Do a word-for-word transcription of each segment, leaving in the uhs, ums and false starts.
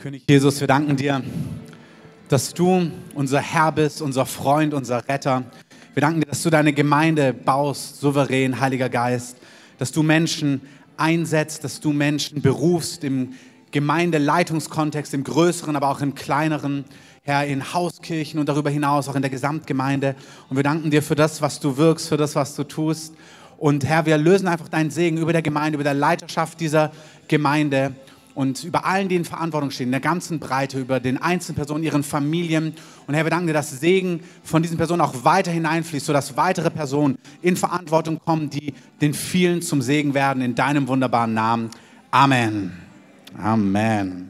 König Jesus, wir danken dir, dass du unser Herr bist, unser Freund, unser Retter. Wir danken dir, dass du deine Gemeinde baust, souverän, Heiliger Geist, dass du Menschen einsetzt, dass du Menschen berufst im Gemeindeleitungskontext, im größeren, aber auch im kleineren, Herr, in Hauskirchen und darüber hinaus auch in der Gesamtgemeinde. Und wir danken dir für das, was du wirkst, für das, was du tust. Und Herr, wir lösen einfach deinen Segen über der Gemeinde, über der Leiterschaft dieser Gemeinde und über allen, die in Verantwortung stehen, in der ganzen Breite, über den einzelnen Personen, ihren Familien. Und Herr, wir danken dir, dass Segen von diesen Personen auch weiter hineinfließt, sodass weitere Personen in Verantwortung kommen, die den vielen zum Segen werden, in deinem wunderbaren Namen. Amen. Amen.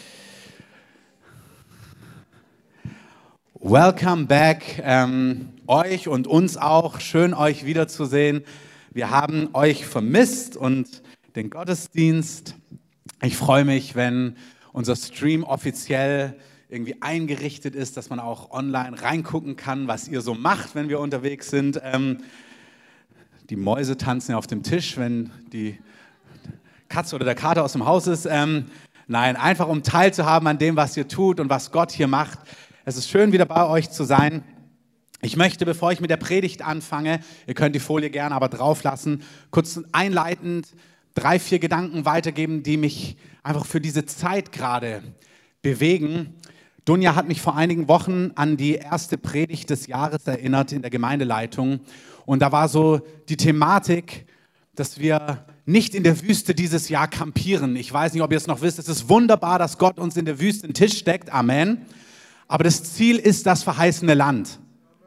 Welcome back, ähm, euch und uns auch. Schön, euch wiederzusehen. Wir haben euch vermisst und den Gottesdienst. Ich freue mich, wenn unser Stream offiziell irgendwie eingerichtet ist, dass man auch online reingucken kann, was ihr so macht, wenn wir unterwegs sind. Ähm, die Mäuse tanzen ja auf dem Tisch, wenn die Katze oder der Kater aus dem Haus ist. Ähm, nein, einfach um teilzuhaben an dem, was ihr tut und was Gott hier macht. Es ist schön, wieder bei euch zu sein. Ich möchte, bevor ich mit der Predigt anfange, ihr könnt die Folie gerne aber drauf lassen, kurz einleitend drei, vier Gedanken weitergeben, die mich einfach für diese Zeit gerade bewegen. Dunja hat mich vor einigen Wochen an die erste Predigt des Jahres erinnert in der Gemeindeleitung. Und da war so die Thematik, dass wir nicht in der Wüste dieses Jahr campieren. Ich weiß nicht, ob ihr es noch wisst. Es ist wunderbar, dass Gott uns in der Wüste einen Tisch steckt. Amen. Aber das Ziel ist das verheißene Land.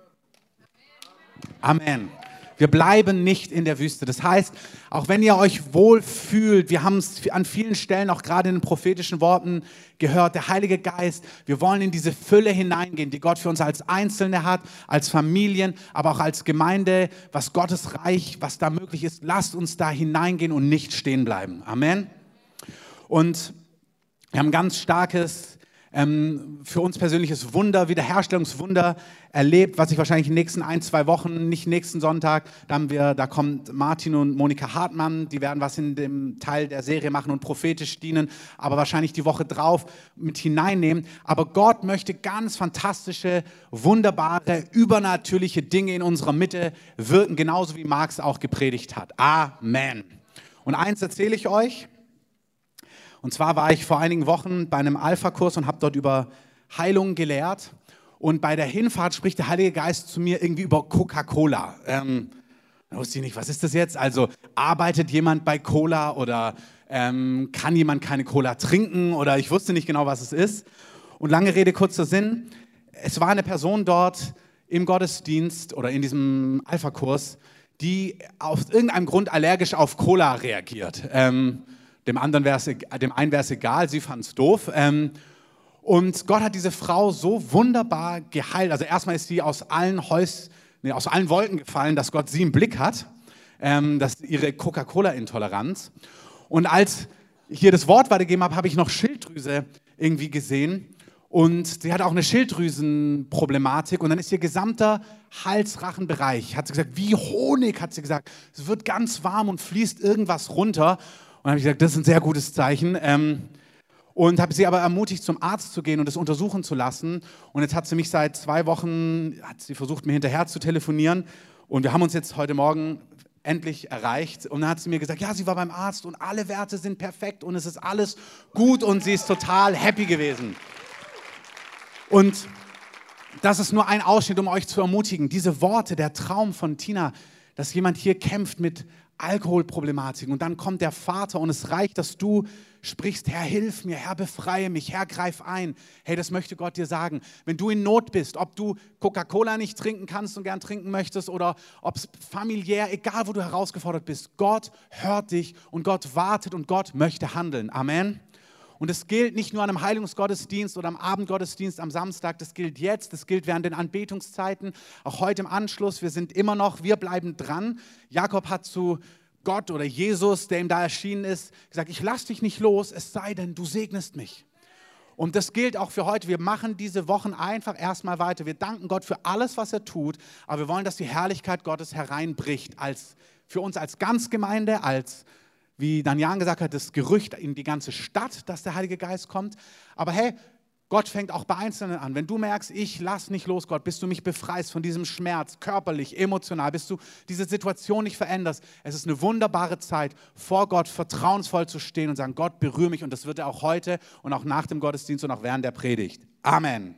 Amen. Wir bleiben nicht in der Wüste. Das heißt, auch wenn ihr euch wohl fühlt, wir haben es an vielen Stellen auch gerade in den prophetischen Worten gehört, der Heilige Geist, wir wollen in diese Fülle hineingehen, die Gott für uns als Einzelne hat, als Familien, aber auch als Gemeinde, was Gottes Reich, was da möglich ist. Lasst uns da hineingehen und nicht stehen bleiben. Amen. Und wir haben ein ganz starkes, Ähm, für uns persönliches Wunder, Wiederherstellungswunder erlebt, was ich wahrscheinlich in den nächsten ein, zwei Wochen, nicht nächsten Sonntag, da, haben wir, da kommt Martin und Monika Hartmann, die werden was in dem Teil der Serie machen und prophetisch dienen, aber wahrscheinlich die Woche drauf mit hineinnehmen. Aber Gott möchte ganz fantastische, wunderbare, übernatürliche Dinge in unserer Mitte wirken, genauso wie Marx auch gepredigt hat. Amen. Und eins erzähle ich euch. Und zwar war ich vor einigen Wochen bei einem Alpha-Kurs und habe dort über Heilung gelehrt. Und bei der Hinfahrt spricht der Heilige Geist zu mir irgendwie über Coca-Cola. Ähm, da wusste ich nicht, was ist das jetzt? Also arbeitet jemand bei Cola oder ähm, kann jemand keine Cola trinken? Oder ich wusste nicht genau, was es ist. Und lange Rede, kurzer Sinn. Es war eine Person dort im Gottesdienst oder in diesem Alpha-Kurs, die aus irgendeinem Grund allergisch auf Cola reagiert. Ähm, Dem, anderen wär's, dem einen wäre es egal, sie fand es doof. Ähm, und Gott hat diese Frau so wunderbar geheilt. Also erstmal ist sie aus allen, Häus, nee, aus allen Wolken gefallen, dass Gott sie im Blick hat. Ähm, das ist ihre Coca-Cola-Intoleranz. Und als ich hier das Wort weitergegeben habe, habe ich noch Schilddrüse irgendwie gesehen. Und sie hat auch eine Schilddrüsenproblematik. Und dann ist ihr gesamter Hals-Rachenbereich, hat sie gesagt, wie Honig, hat sie gesagt. Es wird ganz warm und fließt irgendwas runter. Und dann habe ich gesagt, das ist ein sehr gutes Zeichen. Ähm, und habe sie aber ermutigt, zum Arzt zu gehen und das untersuchen zu lassen. Und jetzt hat sie mich seit zwei Wochen, hat sie versucht, mir hinterher zu telefonieren. Und wir haben uns jetzt heute Morgen endlich erreicht. Und dann hat sie mir gesagt, ja, sie war beim Arzt und alle Werte sind perfekt und es ist alles gut und sie ist total happy gewesen. Und das ist nur ein Ausschnitt, um euch zu ermutigen. Diese Worte, der Traum von Tina, dass jemand hier kämpft mit Alkoholproblematiken und dann kommt der Vater und es reicht, dass du sprichst, Herr, hilf mir, Herr, befreie mich, Herr, greif ein. Hey, das möchte Gott dir sagen. Wenn du in Not bist, ob du Coca-Cola nicht trinken kannst und gern trinken möchtest oder ob es familiär, egal wo du herausgefordert bist, Gott hört dich und Gott wartet und Gott möchte handeln. Amen. Und es gilt nicht nur an einem Heilungsgottesdienst oder am Abendgottesdienst am Samstag, das gilt jetzt, das gilt während den Anbetungszeiten, auch heute im Anschluss. Wir sind immer noch, wir bleiben dran. Jakob hat zu Gott oder Jesus, der ihm da erschienen ist, gesagt, ich lasse dich nicht los, es sei denn, du segnest mich. Und das gilt auch für heute. Wir machen diese Wochen einfach erstmal weiter. Wir danken Gott für alles, was er tut, aber wir wollen, dass die Herrlichkeit Gottes hereinbricht, als, für uns als Ganzgemeinde, als wie Dan Jan gesagt hat, das Gerücht in die ganze Stadt, dass der Heilige Geist kommt. Aber hey, Gott fängt auch bei Einzelnen an. Wenn du merkst, ich lass nicht los, Gott, bis du mich befreist von diesem Schmerz, körperlich, emotional, bis du diese Situation nicht veränderst. Es ist eine wunderbare Zeit, vor Gott vertrauensvoll zu stehen und sagen, Gott, berühre mich. Und das wird er auch heute und auch nach dem Gottesdienst und auch während der Predigt. Amen.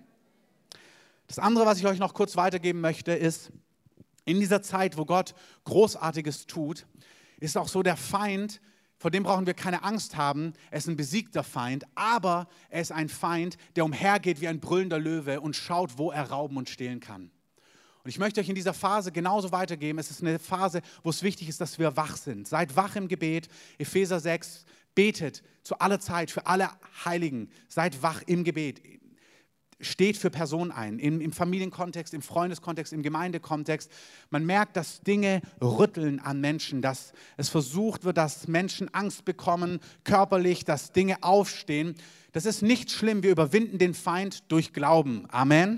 Das andere, was ich euch noch kurz weitergeben möchte, ist, in dieser Zeit, wo Gott Großartiges tut, ist auch so der Feind, vor dem brauchen wir keine Angst haben. Er ist ein besiegter Feind, aber er ist ein Feind, der umhergeht wie ein brüllender Löwe und schaut, wo er rauben und stehlen kann. Und ich möchte euch in dieser Phase genauso weitergeben. Es ist eine Phase, wo es wichtig ist, dass wir wach sind. Seid wach im Gebet. Epheser sechs, betet zu aller Zeit für alle Heiligen. Seid wach im Gebet. Steht für Personen ein, im, im Familienkontext, im Freundeskontext, im Gemeindekontext. Man merkt, dass Dinge rütteln an Menschen, dass es versucht wird, dass Menschen Angst bekommen, körperlich, dass Dinge aufstehen. Das ist nicht schlimm, wir überwinden den Feind durch Glauben. Amen.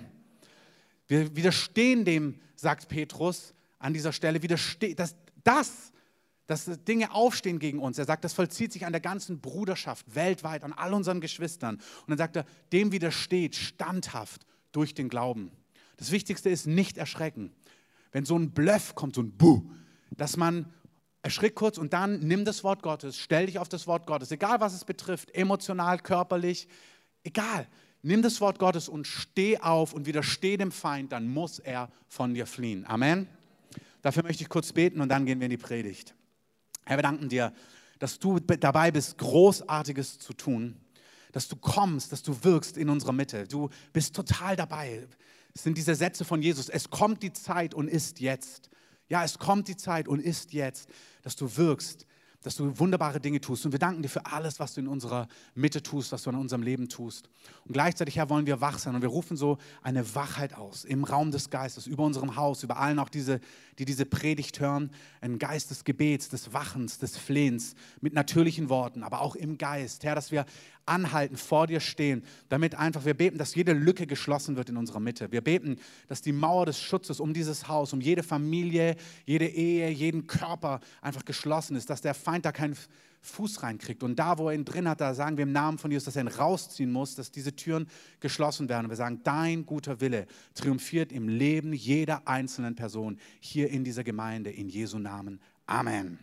Wir widerstehen dem, sagt Petrus an dieser Stelle, widerste- dass das, dass Dinge aufstehen gegen uns. Er sagt, das vollzieht sich an der ganzen Bruderschaft weltweit, an all unseren Geschwistern. Und dann sagt er, dem widersteht standhaft durch den Glauben. Das Wichtigste ist, nicht erschrecken. Wenn so ein Bluff kommt, so ein Buh, dass man erschrickt kurz und dann nimm das Wort Gottes, stell dich auf das Wort Gottes, egal was es betrifft, emotional, körperlich, egal. Nimm das Wort Gottes und steh auf und widersteh dem Feind, dann muss er von dir fliehen. Amen. Dafür möchte ich kurz beten und dann gehen wir in die Predigt. Herr, wir danken dir, dass du dabei bist, Großartiges zu tun, dass du kommst, dass du wirkst in unserer Mitte. Du bist total dabei. Es sind diese Sätze von Jesus. Es kommt die Zeit und ist jetzt. Ja, es kommt die Zeit und ist jetzt, dass du wirkst, dass du wunderbare Dinge tust. Und wir danken dir für alles, was du in unserer Mitte tust, was du in unserem Leben tust. Und gleichzeitig, Herr, wollen wir wach sein. Und wir rufen so eine Wachheit aus im Raum des Geistes, über unserem Haus, über allen auch diese, die diese Predigt hören. Ein Geist des Gebets, des Wachens, des Flehens, mit natürlichen Worten, aber auch im Geist. Herr, dass wir anhalten, vor dir stehen, damit einfach, wir beten, dass jede Lücke geschlossen wird in unserer Mitte. Wir beten, dass die Mauer des Schutzes um dieses Haus, um jede Familie, jede Ehe, jeden Körper einfach geschlossen ist, dass der Feind da keinen Fuß reinkriegt. Und da, wo er ihn drin hat, da sagen wir im Namen von Jesus, dass er ihn rausziehen muss, dass diese Türen geschlossen werden. Und wir sagen, dein guter Wille triumphiert im Leben jeder einzelnen Person hier in dieser Gemeinde, in Jesu Namen. Amen.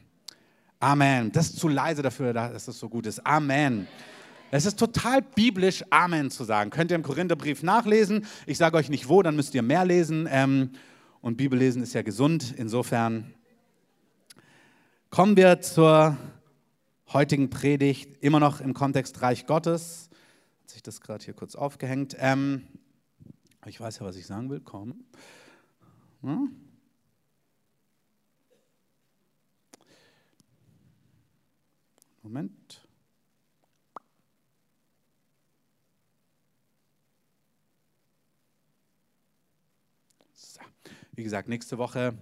Amen. Das ist zu leise dafür, dass es so gut ist. Amen. Es ist total biblisch, Amen zu sagen. Könnt ihr im Korintherbrief nachlesen. Ich sage euch nicht wo, dann müsst ihr mehr lesen. Und Bibellesen ist ja gesund. Insofern kommen wir zur heutigen Predigt, immer noch im Kontext Reich Gottes. Hat sich das gerade hier kurz aufgehängt. Ähm, ich weiß ja, was ich sagen will. Komm. Hm? Moment. So. Wie gesagt, nächste Woche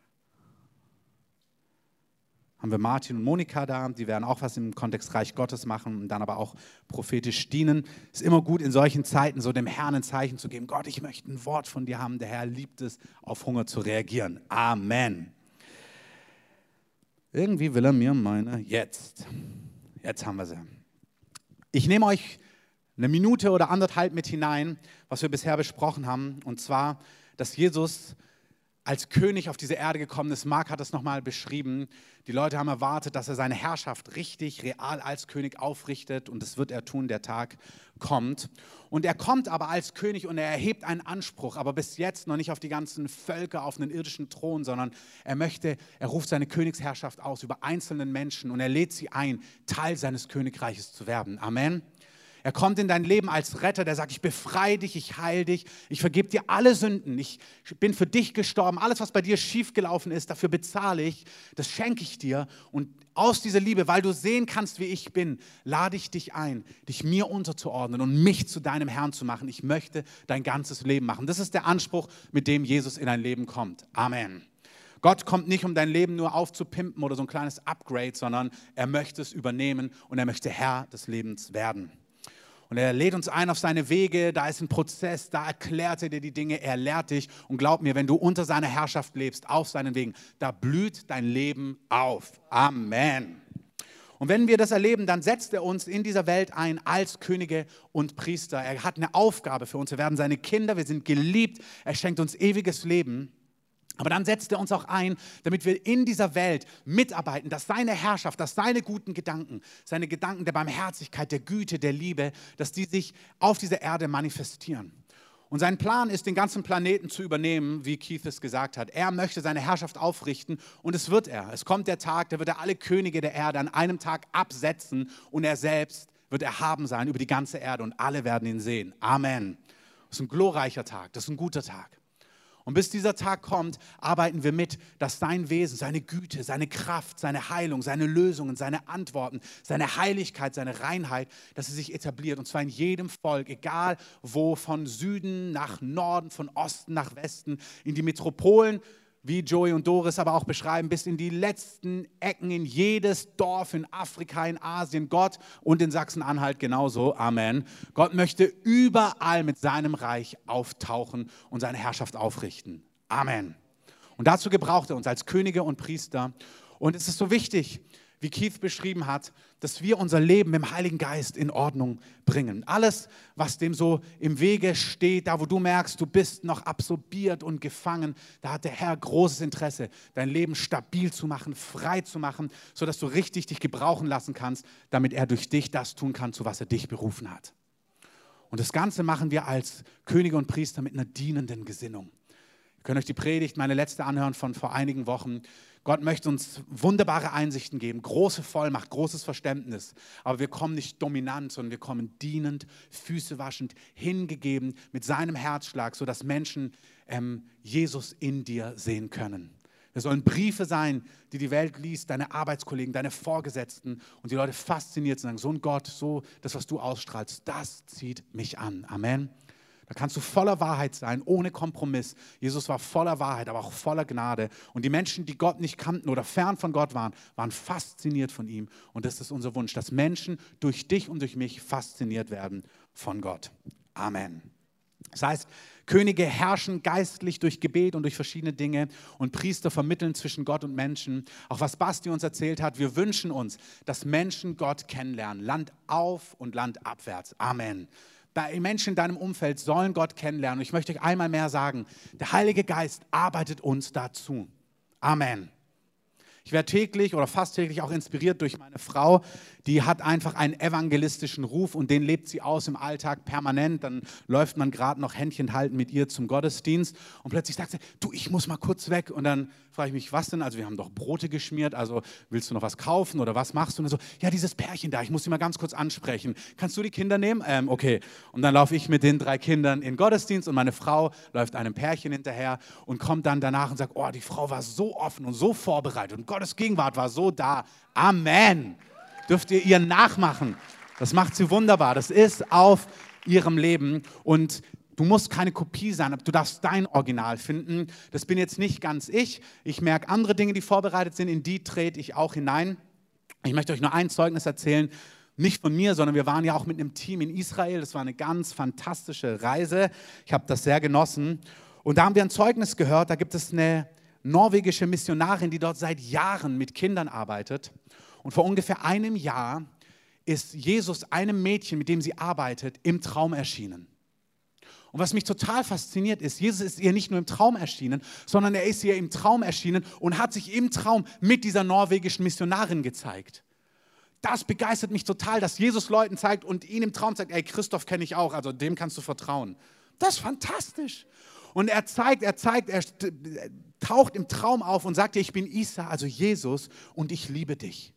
haben wir Martin und Monika da, die werden auch was im Kontext Reich Gottes machen und dann aber auch prophetisch dienen. Es ist immer gut, in solchen Zeiten so dem Herrn ein Zeichen zu geben. Gott, ich möchte ein Wort von dir haben. Der Herr liebt es, auf Hunger zu reagieren. Amen. Irgendwie will er mir meine, jetzt, jetzt haben wir sie. Ich nehme euch eine Minute oder anderthalb mit hinein, was wir bisher besprochen haben, und zwar, dass Jesus als König auf diese Erde gekommen ist. Mark hat es nochmal beschrieben. Die Leute haben erwartet, dass er seine Herrschaft richtig, real als König aufrichtet, und das wird er tun, der Tag kommt. Und er kommt aber als König und er erhebt einen Anspruch, aber bis jetzt noch nicht auf die ganzen Völker, auf einen irdischen Thron, sondern er möchte, er ruft seine Königsherrschaft aus über einzelnen Menschen und er lädt sie ein, Teil seines Königreiches zu werden. Amen. Er kommt in dein Leben als Retter, der sagt, ich befreie dich, ich heile dich, ich vergebe dir alle Sünden, ich bin für dich gestorben, alles, was bei dir schiefgelaufen ist, dafür bezahle ich, das schenke ich dir. Und aus dieser Liebe, weil du sehen kannst, wie ich bin, lade ich dich ein, dich mir unterzuordnen und mich zu deinem Herrn zu machen. Ich möchte dein ganzes Leben machen. Das ist der Anspruch, mit dem Jesus in dein Leben kommt. Amen. Gott kommt nicht, um dein Leben nur aufzupimpen oder so ein kleines Upgrade, sondern er möchte es übernehmen und er möchte Herr des Lebens werden. Und er lädt uns ein auf seine Wege, da ist ein Prozess, da erklärt er dir die Dinge, er lehrt dich. Und glaub mir, wenn du unter seiner Herrschaft lebst, auf seinen Wegen, da blüht dein Leben auf. Amen. Und wenn wir das erleben, dann setzt er uns in dieser Welt ein als Könige und Priester. Er hat eine Aufgabe für uns. Wir werden seine Kinder, wir sind geliebt. Er schenkt uns ewiges Leben. Aber dann setzt er uns auch ein, damit wir in dieser Welt mitarbeiten, dass seine Herrschaft, dass seine guten Gedanken, seine Gedanken der Barmherzigkeit, der Güte, der Liebe, dass die sich auf dieser Erde manifestieren. Und sein Plan ist, den ganzen Planeten zu übernehmen, wie Keith es gesagt hat. Er möchte seine Herrschaft aufrichten und es wird er. Es kommt der Tag, da wird er alle Könige der Erde an einem Tag absetzen und er selbst wird erhaben sein über die ganze Erde und alle werden ihn sehen. Amen. Das ist ein glorreicher Tag, das ist ein guter Tag. Und bis dieser Tag kommt, arbeiten wir mit, dass sein Wesen, seine Güte, seine Kraft, seine Heilung, seine Lösungen, seine Antworten, seine Heiligkeit, seine Reinheit, dass sie sich etabliert. Und zwar in jedem Volk, egal wo, von Süden nach Norden, von Osten nach Westen, in die Metropolen, wie Joey und Doris aber auch beschreiben, bis in die letzten Ecken, in jedes Dorf in Afrika, in Asien, Gott und in Sachsen-Anhalt genauso, Amen. Gott möchte überall mit seinem Reich auftauchen und seine Herrschaft aufrichten. Amen. Und dazu gebraucht er uns als Könige und Priester. Und es ist so wichtig, wie Keith beschrieben hat, dass wir unser Leben mit dem Heiligen Geist in Ordnung bringen. Alles, was dem so im Wege steht, da wo du merkst, du bist noch absorbiert und gefangen, da hat der Herr großes Interesse, dein Leben stabil zu machen, frei zu machen, sodass du richtig dich gebrauchen lassen kannst, damit er durch dich das tun kann, zu was er dich berufen hat. Und das Ganze machen wir als Könige und Priester mit einer dienenden Gesinnung. Ihr könnt euch die Predigt, meine letzte anhören von vor einigen Wochen. Gott möchte uns wunderbare Einsichten geben, große Vollmacht, großes Verständnis. Aber wir kommen nicht dominant, sondern wir kommen dienend, Füße waschend, hingegeben mit seinem Herzschlag, sodass Menschen ähm, Jesus in dir sehen können. Wir sollen Briefe sein, die die Welt liest, deine Arbeitskollegen, deine Vorgesetzten und die Leute fasziniert sind, sagen, so ein Gott, so das, was du ausstrahlst, das zieht mich an. Amen. Da kannst du voller Wahrheit sein, ohne Kompromiss. Jesus war voller Wahrheit, aber auch voller Gnade. Und die Menschen, die Gott nicht kannten oder fern von Gott waren, waren fasziniert von ihm. Und das ist unser Wunsch, dass Menschen durch dich und durch mich fasziniert werden von Gott. Amen. Das heißt, Könige herrschen geistlich durch Gebet und durch verschiedene Dinge und Priester vermitteln zwischen Gott und Menschen. Auch was Basti uns erzählt hat, wir wünschen uns, dass Menschen Gott kennenlernen, Land auf und Land abwärts. Amen. Die Menschen in deinem Umfeld sollen Gott kennenlernen. Und ich möchte euch einmal mehr sagen, der Heilige Geist arbeitet uns dazu. Amen. Ich werde täglich oder fast täglich auch inspiriert durch meine Frau. Die hat einfach einen evangelistischen Ruf und den lebt sie aus im Alltag permanent. Dann läuft man gerade noch Händchen halten mit ihr zum Gottesdienst und plötzlich sagt sie, du, ich muss mal kurz weg. Und dann frage ich mich, was denn? Also wir haben doch Brote geschmiert, also willst du noch was kaufen oder was machst du? Und dann so, ja, dieses Pärchen da, ich muss sie mal ganz kurz ansprechen. Kannst du die Kinder nehmen? Ähm, okay. Und dann laufe ich mit den drei Kindern in den Gottesdienst und meine Frau läuft einem Pärchen hinterher und kommt dann danach und sagt, oh, die Frau war so offen und so vorbereitet und Gottes Gegenwart war so da. Amen. Dürft ihr ihr nachmachen. Das macht sie wunderbar. Das ist auf ihrem Leben und du musst keine Kopie sein, du darfst dein Original finden. Das bin jetzt nicht ganz ich. Ich merke andere Dinge, die vorbereitet sind, in die trete ich auch hinein. Ich möchte euch nur ein Zeugnis erzählen, nicht von mir, sondern wir waren ja auch mit einem Team in Israel. Das war eine ganz fantastische Reise. Ich habe das sehr genossen. Und da haben wir ein Zeugnis gehört, da gibt es eine norwegische Missionarin, die dort seit Jahren mit Kindern arbeitet. Und vor ungefähr einem Jahr ist Jesus einem Mädchen, mit dem sie arbeitet, im Traum erschienen. Und was mich total fasziniert ist, Jesus ist ihr nicht nur im Traum erschienen, sondern er ist ihr im Traum erschienen und hat sich im Traum mit dieser norwegischen Missionarin gezeigt. Das begeistert mich total, dass Jesus Leuten zeigt und ihn im Traum zeigt, ey, Christoph kenne ich auch, also dem kannst du vertrauen. Das ist fantastisch. Und er zeigt, er zeigt, er taucht im Traum auf und sagt, ich bin Isa, also Jesus, und ich liebe dich.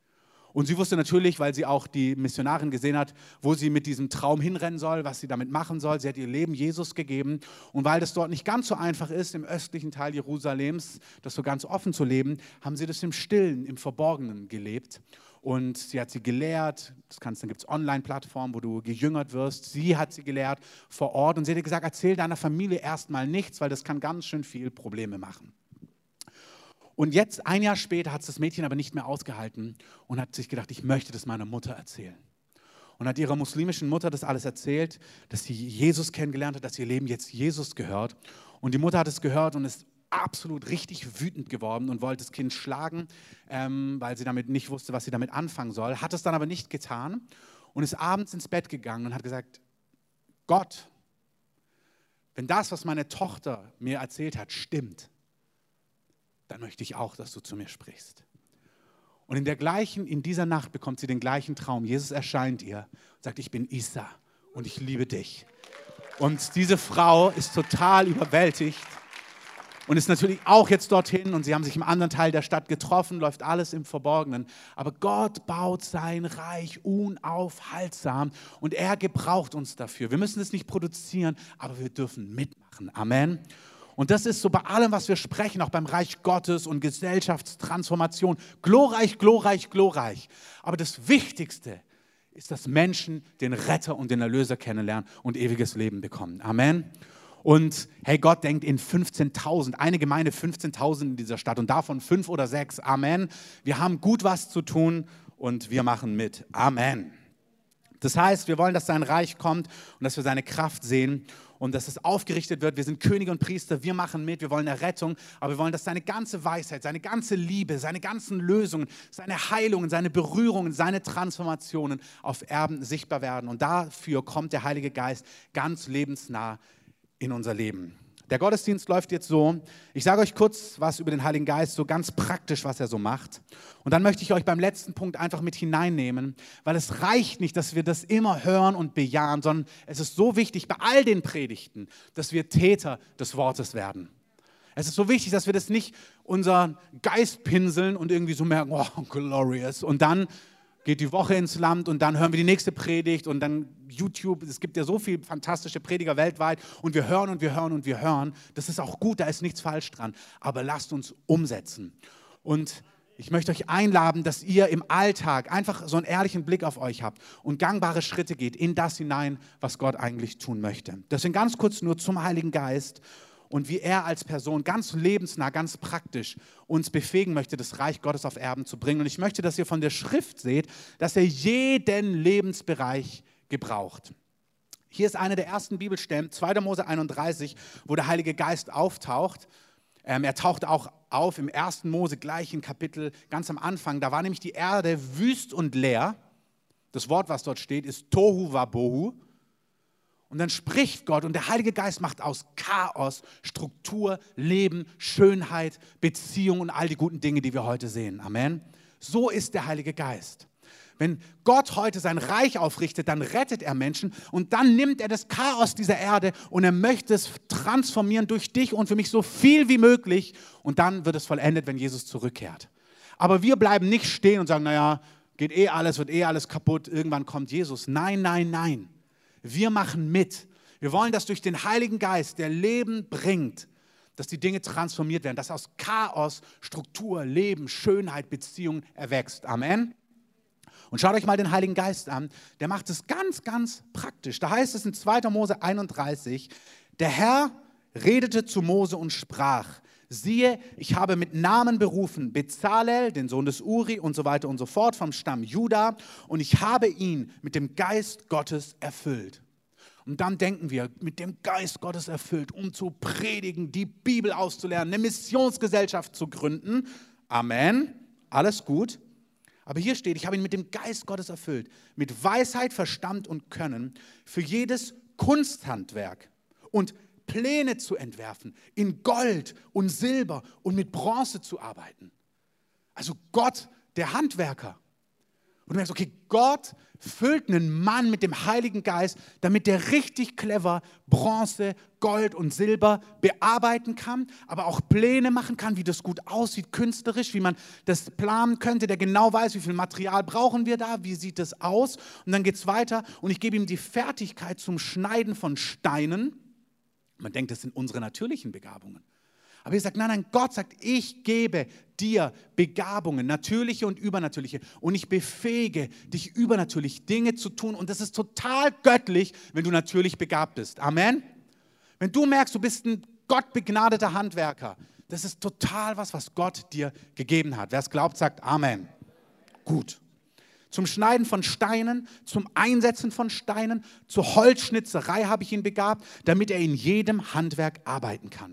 Und sie wusste natürlich, weil sie auch die Missionarin gesehen hat, wo sie mit diesem Traum hinrennen soll, was sie damit machen soll. Sie hat ihr Leben Jesus gegeben. Und weil das dort nicht ganz so einfach ist, im östlichen Teil Jerusalems, das so ganz offen zu leben, haben sie das im Stillen, im Verborgenen gelebt. Und sie hat sie gelehrt, das kannst, dann gibt es Online-Plattformen, wo du gejüngert wirst. Sie hat sie gelehrt vor Ort und sie hat ihr gesagt, erzähl deiner Familie erstmal nichts, weil das kann ganz schön viel Probleme machen. Und jetzt, ein Jahr später, hat es das Mädchen aber nicht mehr ausgehalten und hat sich gedacht, ich möchte das meiner Mutter erzählen. Und hat ihrer muslimischen Mutter das alles erzählt, dass sie Jesus kennengelernt hat, dass ihr Leben jetzt Jesus gehört. Und die Mutter hat es gehört und ist absolut richtig wütend geworden und wollte das Kind schlagen, ähm, weil sie damit nicht wusste, was sie damit anfangen soll. Hat es dann aber nicht getan und ist abends ins Bett gegangen und hat gesagt, Gott, wenn das, was meine Tochter mir erzählt hat, stimmt, dann möchte ich auch, dass du zu mir sprichst. Und in der gleichen, in dieser Nacht bekommt sie den gleichen Traum. Jesus erscheint ihr und sagt, ich bin Isa und ich liebe dich. Und diese Frau ist total überwältigt und ist natürlich auch jetzt dorthin und sie haben sich im anderen Teil der Stadt getroffen, läuft alles im Verborgenen. Aber Gott baut sein Reich unaufhaltsam und er gebraucht uns dafür. Wir müssen es nicht produzieren, aber wir dürfen mitmachen. Amen. Und das ist so bei allem, was wir sprechen, auch beim Reich Gottes und Gesellschaftstransformation. Glorreich, glorreich, glorreich. Aber das Wichtigste ist, dass Menschen den Retter und den Erlöser kennenlernen und ewiges Leben bekommen. Amen. Und hey, Gott denkt in fünfzehntausend, eine Gemeinde fünfzehntausend in dieser Stadt und davon fünf oder sechs. Amen. Wir haben gut was zu tun und wir machen mit. Amen. Das heißt, wir wollen, dass sein Reich kommt und dass wir seine Kraft sehen und dass es aufgerichtet wird. Wir sind Könige und Priester, wir machen mit, wir wollen Errettung, aber wir wollen, dass seine ganze Weisheit, seine ganze Liebe, seine ganzen Lösungen, seine Heilungen, seine Berührungen, seine Transformationen auf Erden sichtbar werden. Und dafür kommt der Heilige Geist ganz lebensnah in unser Leben. Der Gottesdienst läuft jetzt so. Ich sage euch kurz was über den Heiligen Geist, so ganz praktisch, was er so macht. Und dann möchte ich euch beim letzten Punkt einfach mit hineinnehmen, weil es reicht nicht, dass wir das immer hören und bejahen, sondern es ist so wichtig bei all den Predigten, dass wir Täter des Wortes werden. Es ist so wichtig, dass wir das nicht unseren Geist pinseln und irgendwie so merken, oh, glorious. Und dann geht die Woche ins Land und dann hören wir die nächste Predigt und dann YouTube. Es gibt ja so viele fantastische Prediger weltweit und wir hören und wir hören und wir hören. Das ist auch gut, da ist nichts falsch dran. Aber lasst uns umsetzen. Und ich möchte euch einladen, dass ihr im Alltag einfach so einen ehrlichen Blick auf euch habt und gangbare Schritte geht in das hinein, was Gott eigentlich tun möchte. Deswegen ganz kurz nur zum Heiligen Geist und wie er als Person ganz lebensnah, ganz praktisch uns befähigen möchte, das Reich Gottes auf Erden zu bringen. Und ich möchte, dass ihr von der Schrift seht, dass er jeden Lebensbereich gebraucht. Hier ist eine der ersten Bibelstellen, zweiter Mose einunddreißig, wo der Heilige Geist auftaucht. Ähm, er taucht auch auf im ersten Mose gleich in Kapitel ganz am Anfang. Da war nämlich die Erde wüst und leer. Das Wort, was dort steht, ist Tohu Wabohu. Und dann spricht Gott und der Heilige Geist macht aus Chaos Struktur, Leben, Schönheit, Beziehung und all die guten Dinge, die wir heute sehen. Amen. So ist der Heilige Geist. Wenn Gott heute sein Reich aufrichtet, dann rettet er Menschen und dann nimmt er das Chaos dieser Erde und er möchte es transformieren durch dich und für mich so viel wie möglich und dann wird es vollendet, wenn Jesus zurückkehrt. Aber wir bleiben nicht stehen und sagen, naja, geht eh alles, wird eh alles kaputt, irgendwann kommt Jesus. Nein, nein, nein. Wir machen mit. Wir wollen, dass durch den Heiligen Geist, der Leben bringt, dass die Dinge transformiert werden, dass aus Chaos Struktur, Leben, Schönheit, Beziehung erwächst. Amen. Und schaut euch mal den Heiligen Geist an, der macht es ganz, ganz praktisch. Da heißt es in zweiter Mose einunddreißig, der Herr redete zu Mose und sprach, siehe, ich habe mit Namen berufen, Bezalel, den Sohn des Uri und so weiter und so fort vom Stamm Juda und ich habe ihn mit dem Geist Gottes erfüllt. Und dann denken wir, mit dem Geist Gottes erfüllt, um zu predigen, die Bibel auszulernen, eine Missionsgesellschaft zu gründen. Amen, alles gut. Aber hier steht, ich habe ihn mit dem Geist Gottes erfüllt, mit Weisheit, Verstand und Können für jedes Kunsthandwerk und Pläne zu entwerfen, in Gold und Silber und mit Bronze zu arbeiten. Also Gott, der Handwerker. Und du merkst, okay, Gott füllt einen Mann mit dem Heiligen Geist, damit der richtig clever Bronze, Gold und Silber bearbeiten kann, aber auch Pläne machen kann, wie das gut aussieht, künstlerisch, wie man das planen könnte, der genau weiß, wie viel Material brauchen wir da, wie sieht das aus. Und dann geht es weiter und ich gebe ihm die Fertigkeit zum Schneiden von Steinen. Man denkt, das sind unsere natürlichen Begabungen. Aber ihr sagt, nein, nein, Gott sagt, ich gebe dir Begabungen, natürliche und übernatürliche. Und ich befähige dich übernatürlich Dinge zu tun. Und das ist total göttlich, wenn du natürlich begabt bist. Amen. Wenn du merkst, du bist ein gottbegnadeter Handwerker, das ist total was, was Gott dir gegeben hat. Wer es glaubt, sagt Amen. Gut. Zum Schneiden von Steinen, zum Einsetzen von Steinen, zur Holzschnitzerei habe ich ihn begabt, damit er in jedem Handwerk arbeiten kann.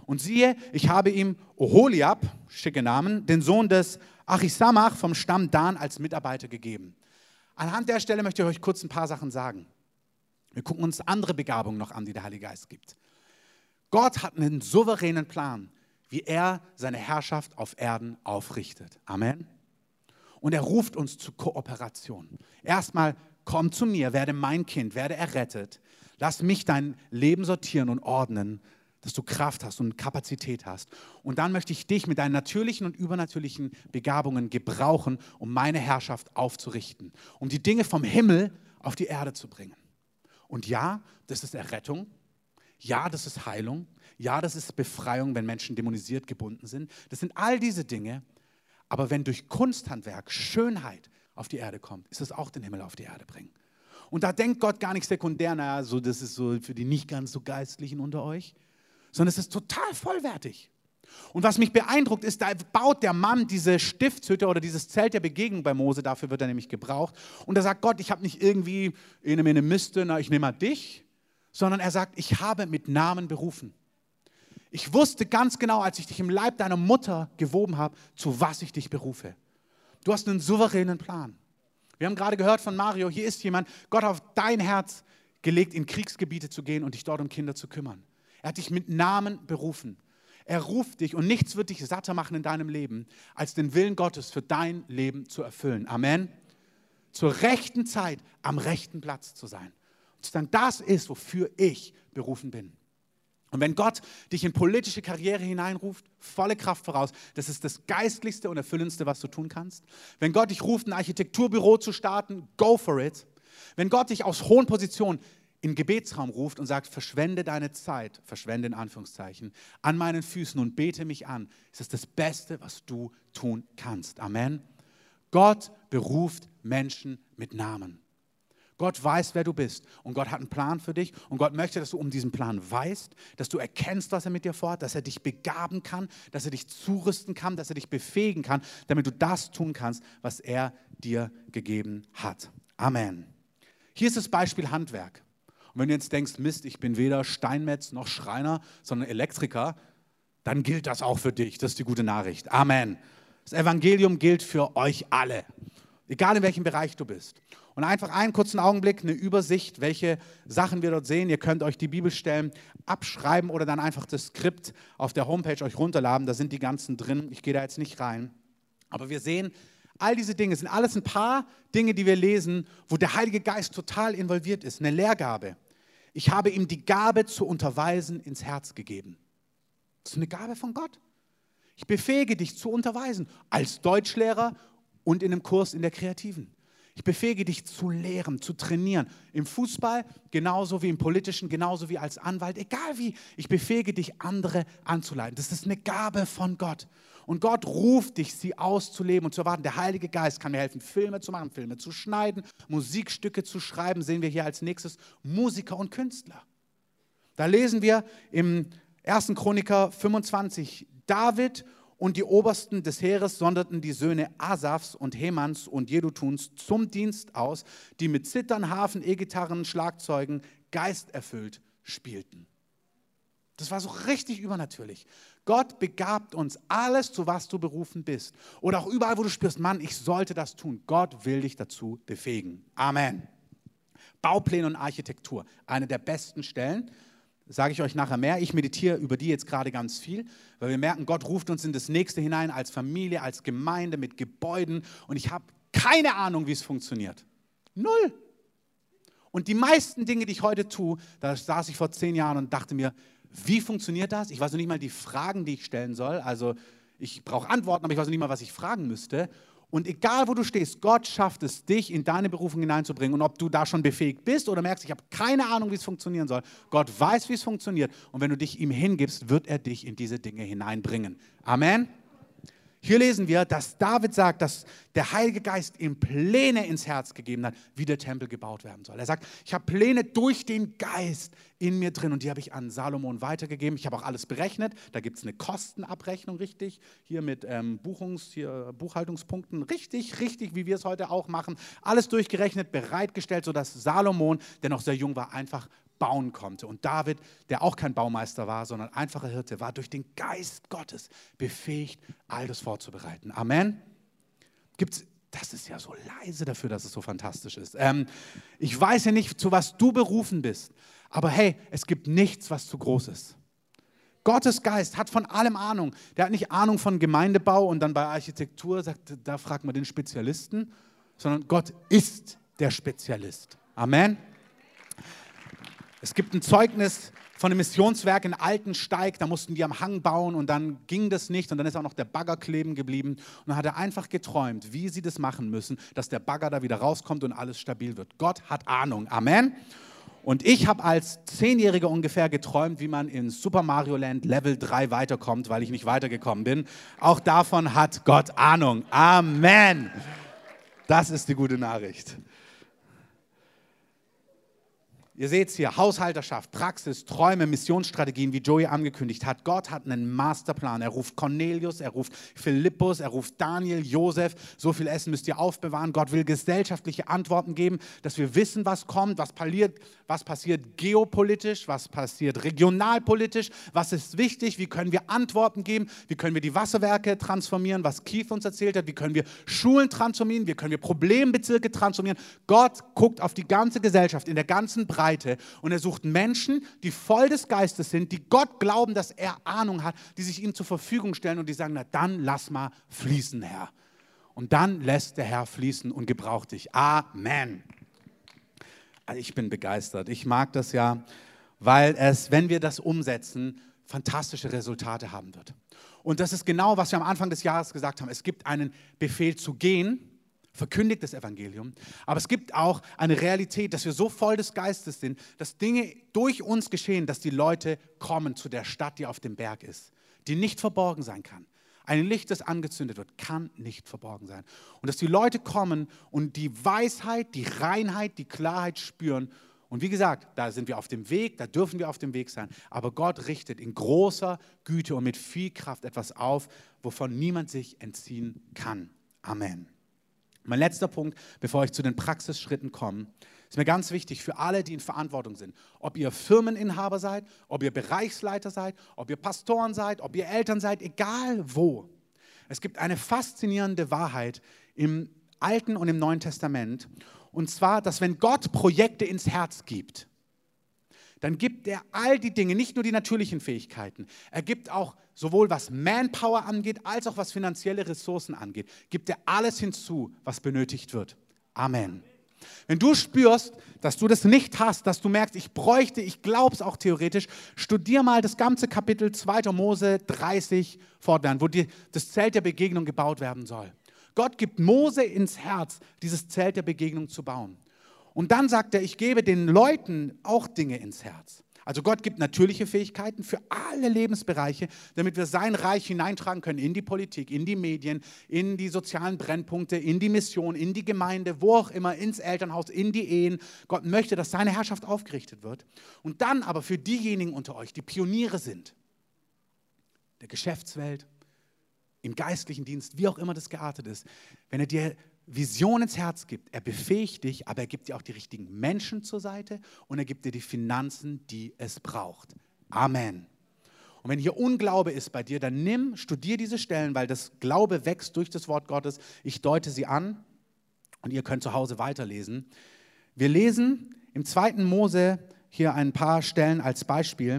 Und siehe, ich habe ihm Oholiab, schicke Namen, den Sohn des Achisamach vom Stamm Dan als Mitarbeiter gegeben. Anhand der Stelle möchte ich euch kurz ein paar Sachen sagen. Wir gucken uns andere Begabungen noch an, die der Heilige Geist gibt. Gott hat einen souveränen Plan, wie er seine Herrschaft auf Erden aufrichtet. Amen. Und er ruft uns zur Kooperation. Erstmal, komm zu mir, werde mein Kind, werde errettet. Lass mich dein Leben sortieren und ordnen, dass du Kraft hast und Kapazität hast. Und dann möchte ich dich mit deinen natürlichen und übernatürlichen Begabungen gebrauchen, um meine Herrschaft aufzurichten, um die Dinge vom Himmel auf die Erde zu bringen. Und ja, das ist Errettung. Ja, das ist Heilung. Ja, das ist Befreiung, wenn Menschen dämonisiert gebunden sind. Das sind all diese Dinge. Aber wenn durch Kunsthandwerk Schönheit auf die Erde kommt, ist es auch den Himmel auf die Erde bringen. Und da denkt Gott gar nicht sekundär, naja, so, das ist so für die nicht ganz so Geistlichen unter euch, sondern es ist total vollwertig. Und was mich beeindruckt ist, da baut der Mann diese Stiftshütte oder dieses Zelt der Begegnung bei Mose, dafür wird er nämlich gebraucht. Und da sagt Gott, ich habe nicht irgendwie eine Menge Miste, na, ich nehme mal dich, sondern er sagt, ich habe mit Namen berufen. Ich wusste ganz genau, als ich dich im Leib deiner Mutter gewoben habe, zu was ich dich berufe. Du hast einen souveränen Plan. Wir haben gerade gehört von Mario, hier ist jemand, Gott hat auf dein Herz gelegt, in Kriegsgebiete zu gehen und dich dort um Kinder zu kümmern. Er hat dich mit Namen berufen. Er ruft dich und nichts wird dich satter machen in deinem Leben, als den Willen Gottes für dein Leben zu erfüllen. Amen. Zur rechten Zeit am rechten Platz zu sein. Und zu sagen, das ist, wofür ich berufen bin. Und wenn Gott dich in politische Karriere hineinruft, volle Kraft voraus, das ist das Geistlichste und Erfüllendste, was du tun kannst. Wenn Gott dich ruft, ein Architekturbüro zu starten, go for it. Wenn Gott dich aus hohen Positionen in den Gebetsraum ruft und sagt, verschwende deine Zeit, verschwende in Anführungszeichen, an meinen Füßen und bete mich an, ist das das Beste, was du tun kannst. Amen. Gott beruft Menschen mit Namen. Gott weiß, wer du bist und Gott hat einen Plan für dich und Gott möchte, dass du um diesen Plan weißt, dass du erkennst, was er mit dir vorhat, dass er dich begaben kann, dass er dich zurüsten kann, dass er dich befähigen kann, damit du das tun kannst, was er dir gegeben hat. Amen. Hier ist das Beispiel Handwerk. Und wenn du jetzt denkst, Mist, ich bin weder Steinmetz noch Schreiner, sondern Elektriker, dann gilt das auch für dich. Das ist die gute Nachricht. Amen. Das Evangelium gilt für euch alle, egal in welchem Bereich du bist. Und einfach einen kurzen Augenblick, eine Übersicht, welche Sachen wir dort sehen. Ihr könnt euch die Bibelstellen abschreiben oder dann einfach das Skript auf der Homepage euch runterladen. Da sind die ganzen drin. Ich gehe da jetzt nicht rein. Aber wir sehen, all diese Dinge sind alles ein paar Dinge, die wir lesen, wo der Heilige Geist total involviert ist. Eine Lehrgabe. Ich habe ihm die Gabe zu unterweisen ins Herz gegeben. Das ist eine Gabe von Gott. Ich befähige dich zu unterweisen als Deutschlehrer und in einem Kurs in der Kreativen. Ich befähige dich zu lehren, zu trainieren. Im Fußball genauso wie im Politischen, genauso wie als Anwalt, egal wie. Ich befähige dich, andere anzuleiten. Das ist eine Gabe von Gott. Und Gott ruft dich, sie auszuleben und zu erwarten. Der Heilige Geist kann mir helfen, Filme zu machen, Filme zu schneiden, Musikstücke zu schreiben. Sehen wir hier als nächstes Musiker und Künstler. Da lesen wir im ersten Chroniker fünfundzwanzig, David und die Obersten des Heeres sonderten die Söhne Asafs und Hemans und Jedutuns zum Dienst aus, die mit Zittern, Harfen, E-Gitarren, Schlagzeugen geisterfüllt spielten. Das war so richtig übernatürlich. Gott begabt uns alles, zu was du berufen bist. Oder auch überall, wo du spürst, Mann, ich sollte das tun. Gott will dich dazu befähigen. Amen. Baupläne und Architektur, eine der besten Stellen. Sage ich euch nachher mehr. Ich meditiere über die jetzt gerade ganz viel, weil wir merken, Gott ruft uns in das Nächste hinein als Familie, als Gemeinde, mit Gebäuden. Und ich habe keine Ahnung, wie es funktioniert. Null. Und die meisten Dinge, die ich heute tue, da saß ich vor zehn Jahren und dachte mir, wie funktioniert das? Ich weiß noch nicht mal die Fragen, die ich stellen soll. Also ich brauche Antworten, aber ich weiß noch nicht mal, was ich fragen müsste. Und egal, wo du stehst, Gott schafft es, dich in deine Berufung hineinzubringen. Und ob du da schon befähigt bist oder merkst, ich habe keine Ahnung, wie es funktionieren soll. Gott weiß, wie es funktioniert. Und wenn du dich ihm hingibst, wird er dich in diese Dinge hineinbringen. Amen. Hier lesen wir, dass David sagt, dass der Heilige Geist ihm Pläne ins Herz gegeben hat, wie der Tempel gebaut werden soll. Er sagt, ich habe Pläne durch den Geist in mir drin und die habe ich an Salomon weitergegeben. Ich habe auch alles berechnet. Da gibt es eine Kostenabrechnung, richtig, hier mit ähm, Buchungs-, hier, Buchhaltungspunkten, richtig, richtig, wie wir es heute auch machen. Alles durchgerechnet, bereitgestellt, sodass Salomon, der noch sehr jung war, einfach bauen konnte. Und David, der auch kein Baumeister war, sondern einfacher Hirte, war durch den Geist Gottes befähigt, all das vorzubereiten. Amen. Gibt's, das ist ja so leise dafür, dass es so fantastisch ist. Ähm, ich weiß ja nicht, zu was du berufen bist, aber hey, es gibt nichts, was zu groß ist. Gottes Geist hat von allem Ahnung. Der hat nicht Ahnung von Gemeindebau und dann bei Architektur sagt, da fragt man den Spezialisten, sondern Gott ist der Spezialist. Amen. Es gibt ein Zeugnis von einem Missionswerk in Altensteig, da mussten die am Hang bauen und dann ging das nicht und dann ist auch noch der Bagger kleben geblieben und dann hat er einfach geträumt, wie sie das machen müssen, dass der Bagger da wieder rauskommt und alles stabil wird. Gott hat Ahnung. Amen. Und ich habe als Zehnjähriger ungefähr geträumt, wie man in Super Mario Land Level drei weiterkommt, weil ich nicht weitergekommen bin. Auch davon hat Gott Ahnung. Amen. Das ist die gute Nachricht. Ihr seht es hier, Haushalterschaft, Praxis, Träume, Missionsstrategien, wie Joey angekündigt hat. Gott hat einen Masterplan. Er ruft Cornelius, er ruft Philippus, er ruft Daniel, Josef. So viel Essen müsst ihr aufbewahren. Gott will gesellschaftliche Antworten geben, dass wir wissen, was kommt, was passiert, was passiert geopolitisch, was passiert regionalpolitisch, was ist wichtig, wie können wir Antworten geben, wie können wir die Wasserwerke transformieren, was Keith uns erzählt hat, wie können wir Schulen transformieren, wie können wir Problembezirke transformieren. Gott guckt auf die ganze Gesellschaft in der ganzen Breite. Und er sucht Menschen, die voll des Geistes sind, die Gott glauben, dass er Ahnung hat, die sich ihm zur Verfügung stellen und die sagen, na dann lass mal fließen, Herr. Und dann lässt der Herr fließen und gebraucht dich. Amen. Also ich bin begeistert. Ich mag das ja, weil es, wenn wir das umsetzen, fantastische Resultate haben wird. Und das ist genau, was wir am Anfang des Jahres gesagt haben. Es gibt einen Befehl zu gehen, verkündigt das Evangelium, aber es gibt auch eine Realität, dass wir so voll des Geistes sind, dass Dinge durch uns geschehen, dass die Leute kommen zu der Stadt, die auf dem Berg ist, die nicht verborgen sein kann. Ein Licht, das angezündet wird, kann nicht verborgen sein. Und dass die Leute kommen und die Weisheit, die Reinheit, die Klarheit spüren. Und wie gesagt, da sind wir auf dem Weg, da dürfen wir auf dem Weg sein. Aber Gott richtet in großer Güte und mit viel Kraft etwas auf, wovon niemand sich entziehen kann. Amen. Mein letzter Punkt, bevor ich zu den Praxisschritten komme, ist mir ganz wichtig für alle, die in Verantwortung sind. Ob ihr Firmeninhaber seid, ob ihr Bereichsleiter seid, ob ihr Pastoren seid, ob ihr Eltern seid, egal wo. Es gibt eine faszinierende Wahrheit im Alten und im Neuen Testament. Und zwar, dass wenn Gott Projekte ins Herz gibt, dann gibt er all die Dinge, nicht nur die natürlichen Fähigkeiten, er gibt auch sowohl was Manpower angeht, als auch was finanzielle Ressourcen angeht, gibt er alles hinzu, was benötigt wird. Amen. Wenn du spürst, dass du das nicht hast, dass du merkst, ich bräuchte, ich glaube es auch theoretisch, studier mal das ganze Kapitel zweiter Mose dreißig fortwährend, wo die, das Zelt der Begegnung gebaut werden soll. Gott gibt Mose ins Herz, dieses Zelt der Begegnung zu bauen. Und dann sagt er, ich gebe den Leuten auch Dinge ins Herz. Also Gott gibt natürliche Fähigkeiten für alle Lebensbereiche, damit wir sein Reich hineintragen können in die Politik, in die Medien, in die sozialen Brennpunkte, in die Mission, in die Gemeinde, wo auch immer, ins Elternhaus, in die Ehen. Gott möchte, dass seine Herrschaft aufgerichtet wird. Und dann aber für diejenigen unter euch, die Pioniere sind, der Geschäftswelt, im geistlichen Dienst, wie auch immer das geartet ist, wenn er dir Vision ins Herz gibt, er befähigt dich, aber er gibt dir auch die richtigen Menschen zur Seite und er gibt dir die Finanzen, die es braucht. Amen. Und wenn hier Unglaube ist bei dir, dann nimm, studier diese Stellen, weil das Glaube wächst durch das Wort Gottes. Ich deute sie an und ihr könnt zu Hause weiterlesen. Wir lesen im zweiten Mose hier ein paar Stellen als Beispiel.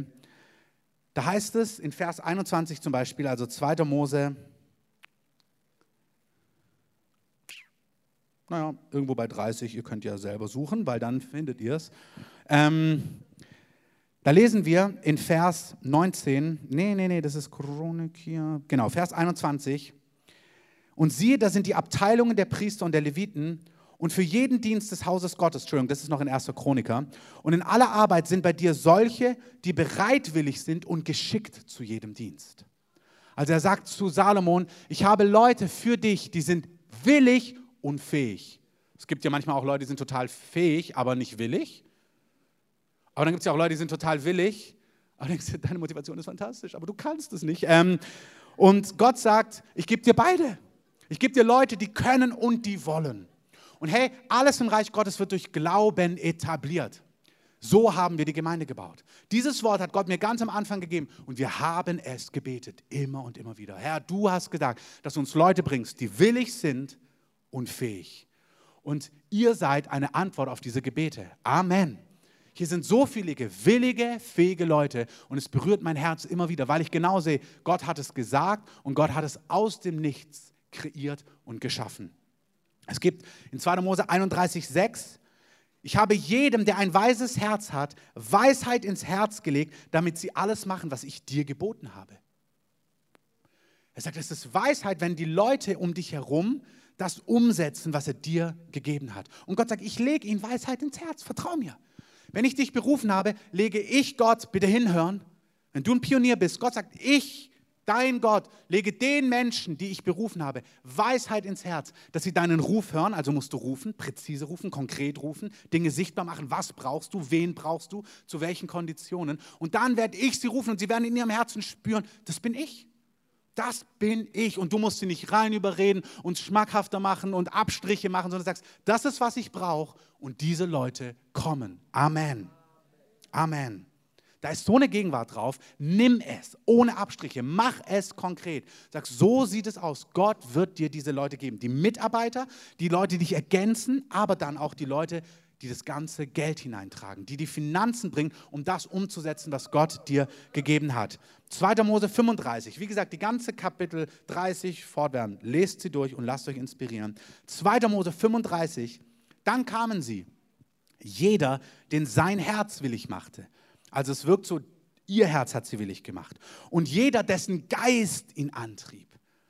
Da heißt es in Vers einundzwanzig zum Beispiel, also zweiter Mose, naja, irgendwo bei dreißig, ihr könnt ja selber suchen, weil dann findet ihr es. Ähm, da lesen wir in Vers neunzehn, nee, nee, nee, das ist Chronik hier, genau, Vers einundzwanzig. Und siehe, da sind die Abteilungen der Priester und der Leviten und für jeden Dienst des Hauses Gottes, Entschuldigung, das ist noch in erster Chroniker, und in aller Arbeit sind bei dir solche, die bereitwillig sind und geschickt zu jedem Dienst. Also er sagt zu Salomon, ich habe Leute für dich, die sind willig und fähig. Es gibt ja manchmal auch Leute, die sind total fähig, aber nicht willig. Aber dann gibt es ja auch Leute, die sind total willig, aber denkst du, deine Motivation ist fantastisch, aber du kannst es nicht. Ähm, und Gott sagt, ich gebe dir beide. Ich gebe dir Leute, die können und die wollen. Und hey, alles im Reich Gottes wird durch Glauben etabliert. So haben wir die Gemeinde gebaut. Dieses Wort hat Gott mir ganz am Anfang gegeben und wir haben es gebetet, immer und immer wieder. Herr, du hast gesagt, dass du uns Leute bringst, die willig sind und fähig. Und ihr seid eine Antwort auf diese Gebete. Amen. Hier sind so viele willige, fähige Leute und es berührt mein Herz immer wieder, weil ich genau sehe, Gott hat es gesagt und Gott hat es aus dem Nichts kreiert und geschaffen. Es gibt in zweiter Mose einunddreißig, sechs, ich habe jedem, der ein weises Herz hat, Weisheit ins Herz gelegt, damit sie alles machen, was ich dir geboten habe. Er sagt, es ist Weisheit, wenn die Leute um dich herum das umsetzen, was er dir gegeben hat. Und Gott sagt, ich lege ihnen Weisheit ins Herz, vertrau mir. Wenn ich dich berufen habe, lege ich Gott, bitte hinhören, wenn du ein Pionier bist, Gott sagt, ich, dein Gott, lege den Menschen, die ich berufen habe, Weisheit ins Herz, dass sie deinen Ruf hören, also musst du rufen, präzise rufen, konkret rufen, Dinge sichtbar machen, was brauchst du, wen brauchst du, zu welchen Konditionen. Und dann werde ich sie rufen und sie werden in ihrem Herzen spüren, das bin ich. Das bin ich und du musst sie nicht rein überreden und schmackhafter machen und Abstriche machen, sondern sagst, das ist, was ich brauche und diese Leute kommen. Amen. Amen. Da ist so eine Gegenwart drauf. Nimm es ohne Abstriche, mach es konkret. Sag, so sieht es aus. Gott wird dir diese Leute geben. Die Mitarbeiter, die Leute, die dich ergänzen, aber dann auch die Leute, die das ganze Geld hineintragen, die die Finanzen bringen, um das umzusetzen, was Gott dir gegeben hat. zweiter Mose fünfunddreißig, wie gesagt, die ganze Kapitel dreißig fortwährend, lest sie durch und lasst euch inspirieren. zweiter Mose fünfunddreißig, dann kamen sie, jeder, den sein Herz willig machte. Also es wirkt so, ihr Herz hat sie willig gemacht. Und jeder, dessen Geist ihn antrieb,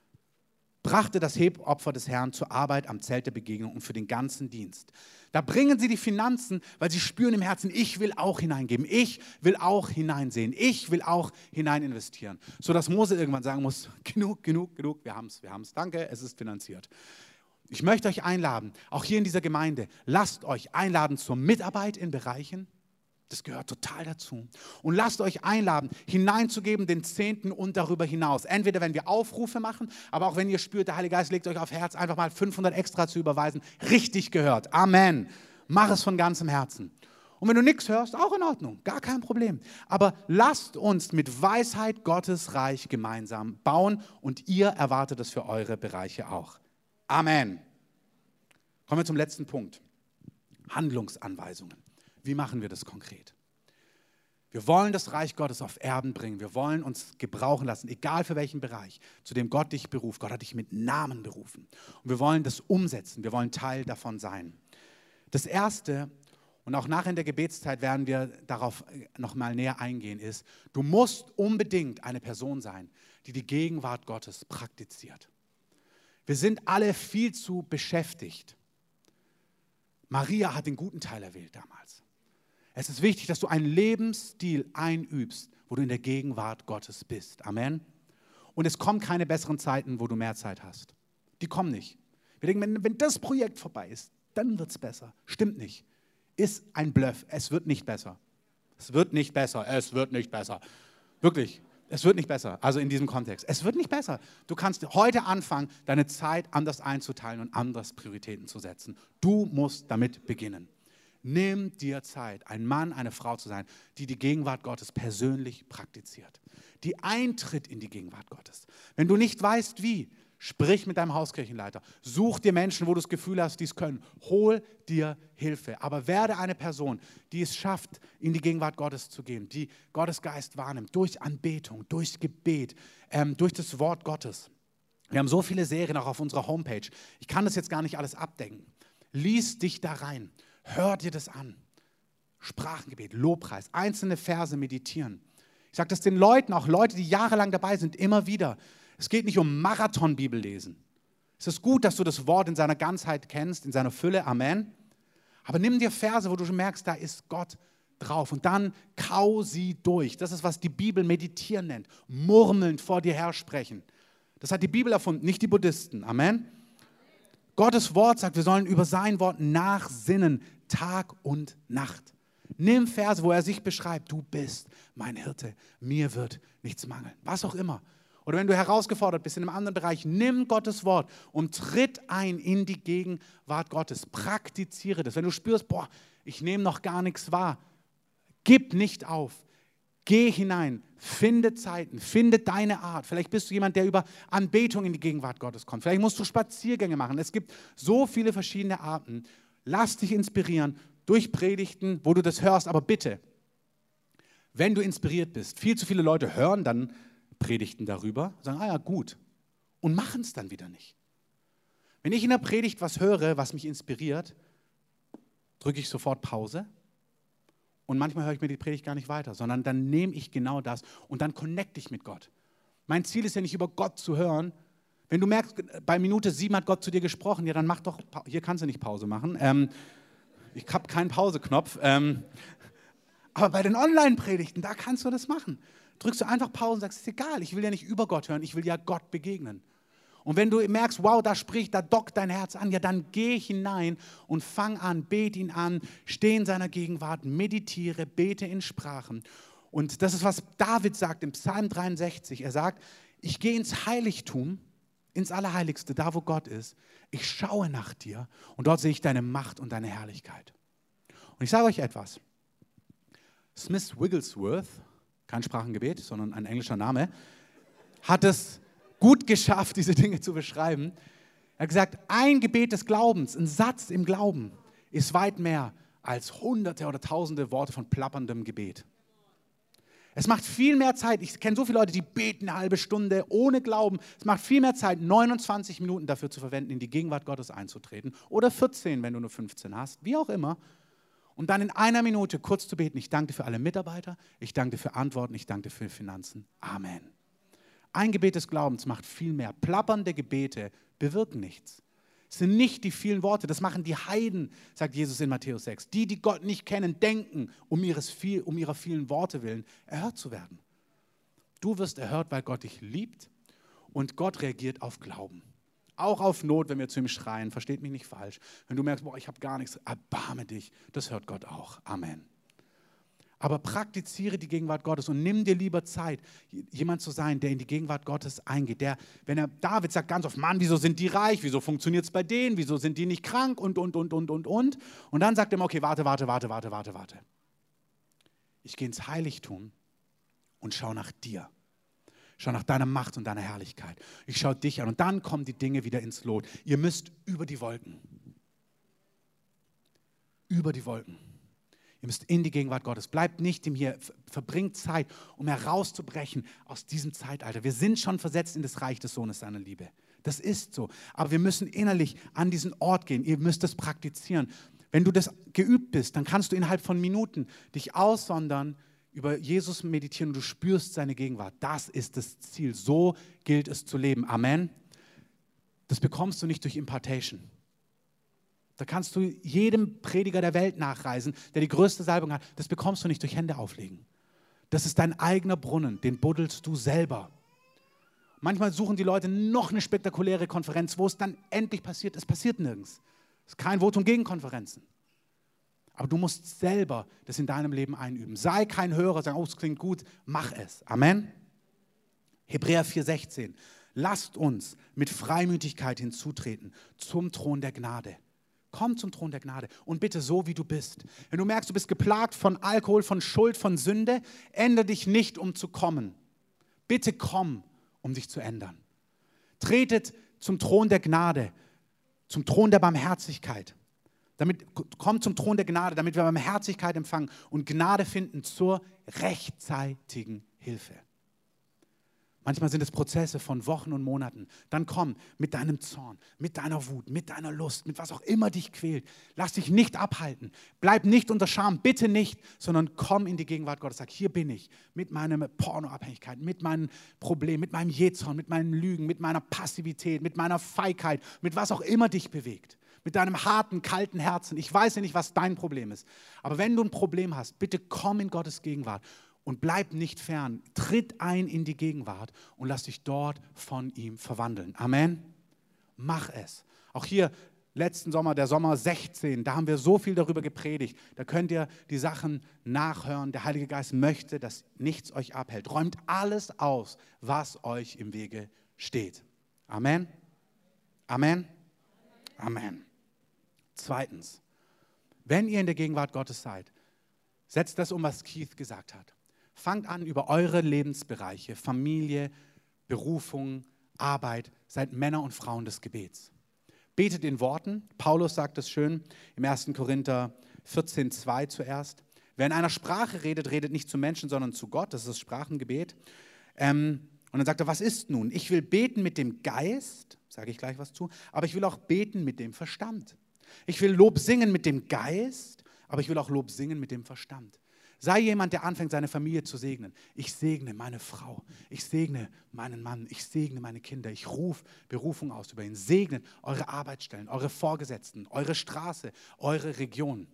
brachte das Hebopfer des Herrn zur Arbeit am Zelt der Begegnung und für den ganzen Dienst. Da bringen sie die Finanzen, weil sie spüren im Herzen, ich will auch hineingeben, ich will auch hineinsehen, ich will auch hinein investieren. Sodass Mose irgendwann sagen muss, genug, genug, genug, wir haben es, wir haben es, danke, es ist finanziert. Ich möchte euch einladen, auch hier in dieser Gemeinde, lasst euch einladen zur Mitarbeit in Bereichen, das gehört total dazu. Und lasst euch einladen, hineinzugeben den Zehnten und darüber hinaus. Entweder wenn wir Aufrufe machen, aber auch wenn ihr spürt, der Heilige Geist legt euch auf Herz, einfach mal fünfhundert extra zu überweisen. Richtig gehört. Amen. Mach es von ganzem Herzen. Und wenn du nichts hörst, auch in Ordnung. Gar kein Problem. Aber lasst uns mit Weisheit Gottes Reich gemeinsam bauen und ihr erwartet es für eure Bereiche auch. Amen. Kommen wir zum letzten Punkt. Handlungsanweisungen. Wie machen wir das konkret? Wir wollen das Reich Gottes auf Erden bringen. Wir wollen uns gebrauchen lassen, egal für welchen Bereich, zu dem Gott dich beruft. Gott hat dich mit Namen berufen. Und wir wollen das umsetzen. Wir wollen Teil davon sein. Das Erste, und auch nachher in der Gebetszeit werden wir darauf nochmal näher eingehen, ist, du musst unbedingt eine Person sein, die die Gegenwart Gottes praktiziert. Wir sind alle viel zu beschäftigt. Maria hat den guten Teil erwählt damals. Es ist wichtig, dass du einen Lebensstil einübst, wo du in der Gegenwart Gottes bist. Amen. Und es kommen keine besseren Zeiten, wo du mehr Zeit hast. Die kommen nicht. Wir denken, wenn, wenn das Projekt vorbei ist, dann wird es besser. Stimmt nicht. Ist ein Bluff. Es wird nicht besser. Es wird nicht besser. Es wird nicht besser. Wirklich. Es wird nicht besser. Also in diesem Kontext. Es wird nicht besser. Du kannst heute anfangen, deine Zeit anders einzuteilen und anders Prioritäten zu setzen. Du musst damit beginnen. Nimm dir Zeit, ein Mann, eine Frau zu sein, die die Gegenwart Gottes persönlich praktiziert. Die eintritt in die Gegenwart Gottes. Wenn du nicht weißt, wie, sprich mit deinem Hauskirchenleiter. Such dir Menschen, wo du das Gefühl hast, die es können. Hol dir Hilfe. Aber werde eine Person, die es schafft, in die Gegenwart Gottes zu gehen, die Gottes Geist wahrnimmt, durch Anbetung, durch Gebet, ähm, durch das Wort Gottes. Wir haben so viele Serien auch auf unserer Homepage. Ich kann das jetzt gar nicht alles abdecken. Lies dich da rein. Hör dir das an. Sprachengebet, Lobpreis, einzelne Verse meditieren. Ich sage das den Leuten, auch Leute, die jahrelang dabei sind, immer wieder. Es geht nicht um Marathon-Bibellesen. Es ist gut, dass du das Wort in seiner Ganzheit kennst, in seiner Fülle. Amen. Aber nimm dir Verse, wo du schon merkst, da ist Gott drauf. Und dann kau sie durch. Das ist, was die Bibel meditieren nennt. Murmelnd vor dir hersprechen. Das hat die Bibel erfunden, nicht die Buddhisten. Amen. Gottes Wort sagt, wir sollen über sein Wort nachsinnen, Tag und Nacht. Nimm Verse, wo er sich beschreibt, du bist mein Hirte, mir wird nichts mangeln. Was auch immer. Oder wenn du herausgefordert bist in einem anderen Bereich, nimm Gottes Wort und tritt ein in die Gegenwart Gottes. Praktiziere das. Wenn du spürst, boah, ich nehme noch gar nichts wahr, Gib nicht auf. Geh hinein, finde Zeiten, finde deine Art. Vielleicht bist du jemand, der über Anbetung in die Gegenwart Gottes kommt. Vielleicht musst du Spaziergänge machen. Es gibt so viele verschiedene Arten. Lass dich inspirieren durch Predigten, wo du das hörst. Aber bitte, wenn du inspiriert bist, viel zu viele Leute hören dann Predigten darüber, sagen, ah ja, gut, und machen es dann wieder nicht. Wenn ich in der Predigt was höre, was mich inspiriert, drücke ich sofort Pause. Und manchmal höre ich mir die Predigt gar nicht weiter, sondern dann nehme ich genau das und dann connecte ich mit Gott. Mein Ziel ist ja nicht, über Gott zu hören. Wenn du merkst, bei Minute sieben hat Gott zu dir gesprochen, ja, dann mach doch, hier kannst du nicht Pause machen. Ähm, ich habe keinen Pauseknopf. Ähm, aber bei den Online-Predigten, da kannst du das machen. Drückst du einfach Pause und sagst, ist egal, ich will ja nicht über Gott hören, ich will ja Gott begegnen. Und wenn du merkst, wow, da spricht, da dockt dein Herz an, ja, dann geh hinein und fang an, bete ihn an, steh in seiner Gegenwart, meditiere, bete in Sprachen. Und das ist, was David sagt im Psalm dreiundsechzig. Er sagt, ich gehe ins Heiligtum, ins Allerheiligste, da wo Gott ist. Ich schaue nach dir und dort sehe ich deine Macht und deine Herrlichkeit. Und ich sage euch etwas. Smith Wigglesworth, kein Sprachengebet, sondern ein englischer Name, hat es gut geschafft, diese Dinge zu beschreiben. Er hat gesagt, ein Gebet des Glaubens, ein Satz im Glauben ist weit mehr als hunderte oder tausende Worte von plapperndem Gebet. Es macht viel mehr Zeit, ich kenne so viele Leute, die beten eine halbe Stunde ohne Glauben. Es macht viel mehr Zeit, neunundzwanzig Minuten dafür zu verwenden, in die Gegenwart Gottes einzutreten. Oder vierzehn, wenn du nur fünfzehn hast, wie auch immer. Und dann in einer Minute kurz zu beten, ich danke dir für alle Mitarbeiter, ich danke dir für Antworten, ich danke dir für Finanzen. Amen. Ein Gebet des Glaubens macht viel mehr. Plappernde Gebete bewirken nichts. Es sind nicht die vielen Worte, das machen die Heiden, sagt Jesus in Matthäus sechs. Die, die Gott nicht kennen, denken, um, ihres viel, um ihrer vielen Worte willen erhört zu werden. Du wirst erhört, weil Gott dich liebt und Gott reagiert auf Glauben. Auch auf Not, wenn wir zu ihm schreien, versteht mich nicht falsch. Wenn du merkst, boah, ich habe gar nichts, erbarme dich, das hört Gott auch. Amen. Aber praktiziere die Gegenwart Gottes und nimm dir lieber Zeit, jemand zu sein, der in die Gegenwart Gottes eingeht. Der, wenn er, David sagt ganz oft, Mann, wieso sind die reich? Wieso funktioniert es bei denen? Wieso sind die nicht krank? Und, und, und, und, und, und. Und dann sagt er immer, okay, warte, warte, warte, warte, warte, warte. Ich gehe ins Heiligtum und schaue nach dir. Schau nach deiner Macht und deiner Herrlichkeit. Ich schaue dich an und dann kommen die Dinge wieder ins Lot. Ihr müsst über die Wolken. Über die Wolken. Ihr müsst in die Gegenwart Gottes. Bleibt nicht im Hier. Verbringt Zeit, um herauszubrechen aus diesem Zeitalter. Wir sind schon versetzt in das Reich des Sohnes seiner Liebe. Das ist so. Aber wir müssen innerlich an diesen Ort gehen. Ihr müsst das praktizieren. Wenn du das geübt bist, dann kannst du innerhalb von Minuten dich aussondern, über Jesus meditieren und du spürst seine Gegenwart. Das ist das Ziel. So gilt es zu leben. Amen. Das bekommst du nicht durch Impartation. Da kannst du jedem Prediger der Welt nachreisen, der die größte Salbung hat. Das bekommst du nicht durch Hände auflegen. Das ist dein eigener Brunnen, den buddelst du selber. Manchmal suchen die Leute noch eine spektakuläre Konferenz, wo es dann endlich passiert. Es passiert nirgends. Es ist kein Votum gegen Konferenzen. Aber du musst selber das in deinem Leben einüben. Sei kein Hörer, sag, oh, es klingt gut, mach es. Amen. Hebräer vier sechzehn. Lasst uns mit Freimütigkeit hinzutreten zum Thron der Gnade. Komm zum Thron der Gnade und bitte so, wie du bist. Wenn du merkst, du bist geplagt von Alkohol, von Schuld, von Sünde, ändere dich nicht, um zu kommen. Bitte komm, um dich zu ändern. Tretet zum Thron der Gnade, zum Thron der Barmherzigkeit. Damit, komm zum Thron der Gnade, damit wir Barmherzigkeit empfangen und Gnade finden zur rechtzeitigen Hilfe. Manchmal sind es Prozesse von Wochen und Monaten. Dann komm mit deinem Zorn, mit deiner Wut, mit deiner Lust, mit was auch immer dich quält. Lass dich nicht abhalten. Bleib nicht unter Scham, bitte nicht, sondern komm in die Gegenwart Gottes. Sag, hier bin ich mit meiner Pornoabhängigkeit, mit meinen Problemen, mit meinem Jähzorn, mit meinen Lügen, mit meiner Passivität, mit meiner Feigheit, mit was auch immer dich bewegt. Mit deinem harten, kalten Herzen. Ich weiß ja nicht, was dein Problem ist. Aber wenn du ein Problem hast, bitte komm in Gottes Gegenwart. Und bleib nicht fern, tritt ein in die Gegenwart und lass dich dort von ihm verwandeln. Amen. Mach es. Auch hier, letzten Sommer, der Sommer sechzehn, da haben wir so viel darüber gepredigt. Da könnt ihr die Sachen nachhören. Der Heilige Geist möchte, dass nichts euch abhält. Räumt alles aus, was euch im Wege steht. Amen. Amen. Amen. Zweitens, wenn ihr in der Gegenwart Gottes seid, setzt das um, was Keith gesagt hat. Fangt an, über eure Lebensbereiche, Familie, Berufung, Arbeit, seid Männer und Frauen des Gebets. Betet in Worten. Paulus sagt es schön im ersten Korinther vierzehn, zwei zuerst. Wer in einer Sprache redet, redet nicht zu Menschen, sondern zu Gott. Das ist das Sprachengebet. Ähm, und dann sagt er, was ist nun? Ich will beten mit dem Geist, sage ich gleich was zu, aber ich will auch beten mit dem Verstand. Ich will Lob singen mit dem Geist, aber ich will auch Lob singen mit dem Verstand. Sei jemand, der anfängt, seine Familie zu segnen. Ich segne meine Frau, ich segne meinen Mann, ich segne meine Kinder. Ich rufe Berufung aus über ihn. Segnet eure Arbeitsstellen, eure Vorgesetzten, eure Straße, eure Region.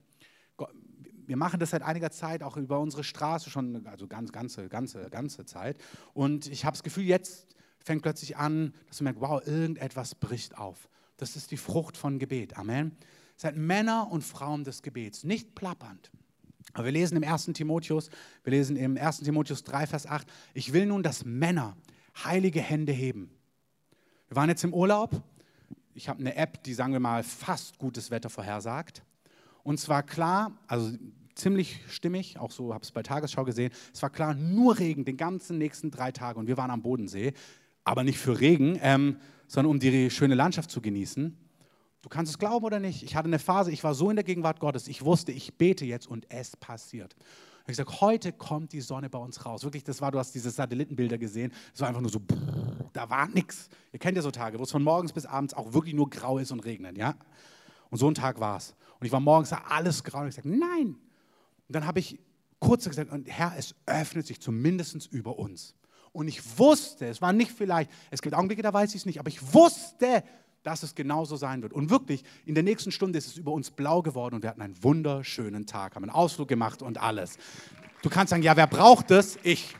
Wir machen das seit einiger Zeit auch über unsere Straße schon, also ganz, ganze, ganze, ganze Zeit. Und ich habe das Gefühl, jetzt fängt plötzlich an, dass du merkst, wow, irgendetwas bricht auf. Das ist die Frucht von Gebet. Amen. Seid Männer und Frauen des Gebets, nicht plappernd. Aber wir lesen im ersten Timotheus, wir lesen im ersten Timotheus drei, Vers acht, ich will nun, dass Männer heilige Hände heben. Wir waren jetzt im Urlaub. Ich habe eine App, die, sagen wir mal, fast gutes Wetter vorhersagt. Und zwar klar, also ziemlich stimmig, auch so habe ich es bei Tagesschau gesehen, es war klar, nur Regen den ganzen nächsten drei Tage. Und wir waren am Bodensee, aber nicht für Regen, ähm, sondern um die schöne Landschaft zu genießen. Du kannst es glauben oder nicht, ich hatte eine Phase, ich war so in der Gegenwart Gottes, ich wusste, ich bete jetzt und es passiert. Ich habe gesagt, heute kommt die Sonne bei uns raus. Wirklich, das war, du hast diese Satellitenbilder gesehen, es war einfach nur so, brrr, da war nichts. Ihr kennt ja so Tage, wo es von morgens bis abends auch wirklich nur grau ist und regnet, ja? Und so ein Tag war es. Und ich war morgens, da alles grau und ich sagte, nein. Und dann habe ich kurz gesagt, und Herr, es öffnet sich zumindest über uns. Und ich wusste, es war nicht vielleicht, es gibt Augenblicke, da weiß ich es nicht, aber ich wusste, dass es genauso sein wird. Und wirklich, in der nächsten Stunde ist es über uns blau geworden und wir hatten einen wunderschönen Tag, haben einen Ausflug gemacht und alles. Du kannst sagen, ja, wer braucht das? Ich.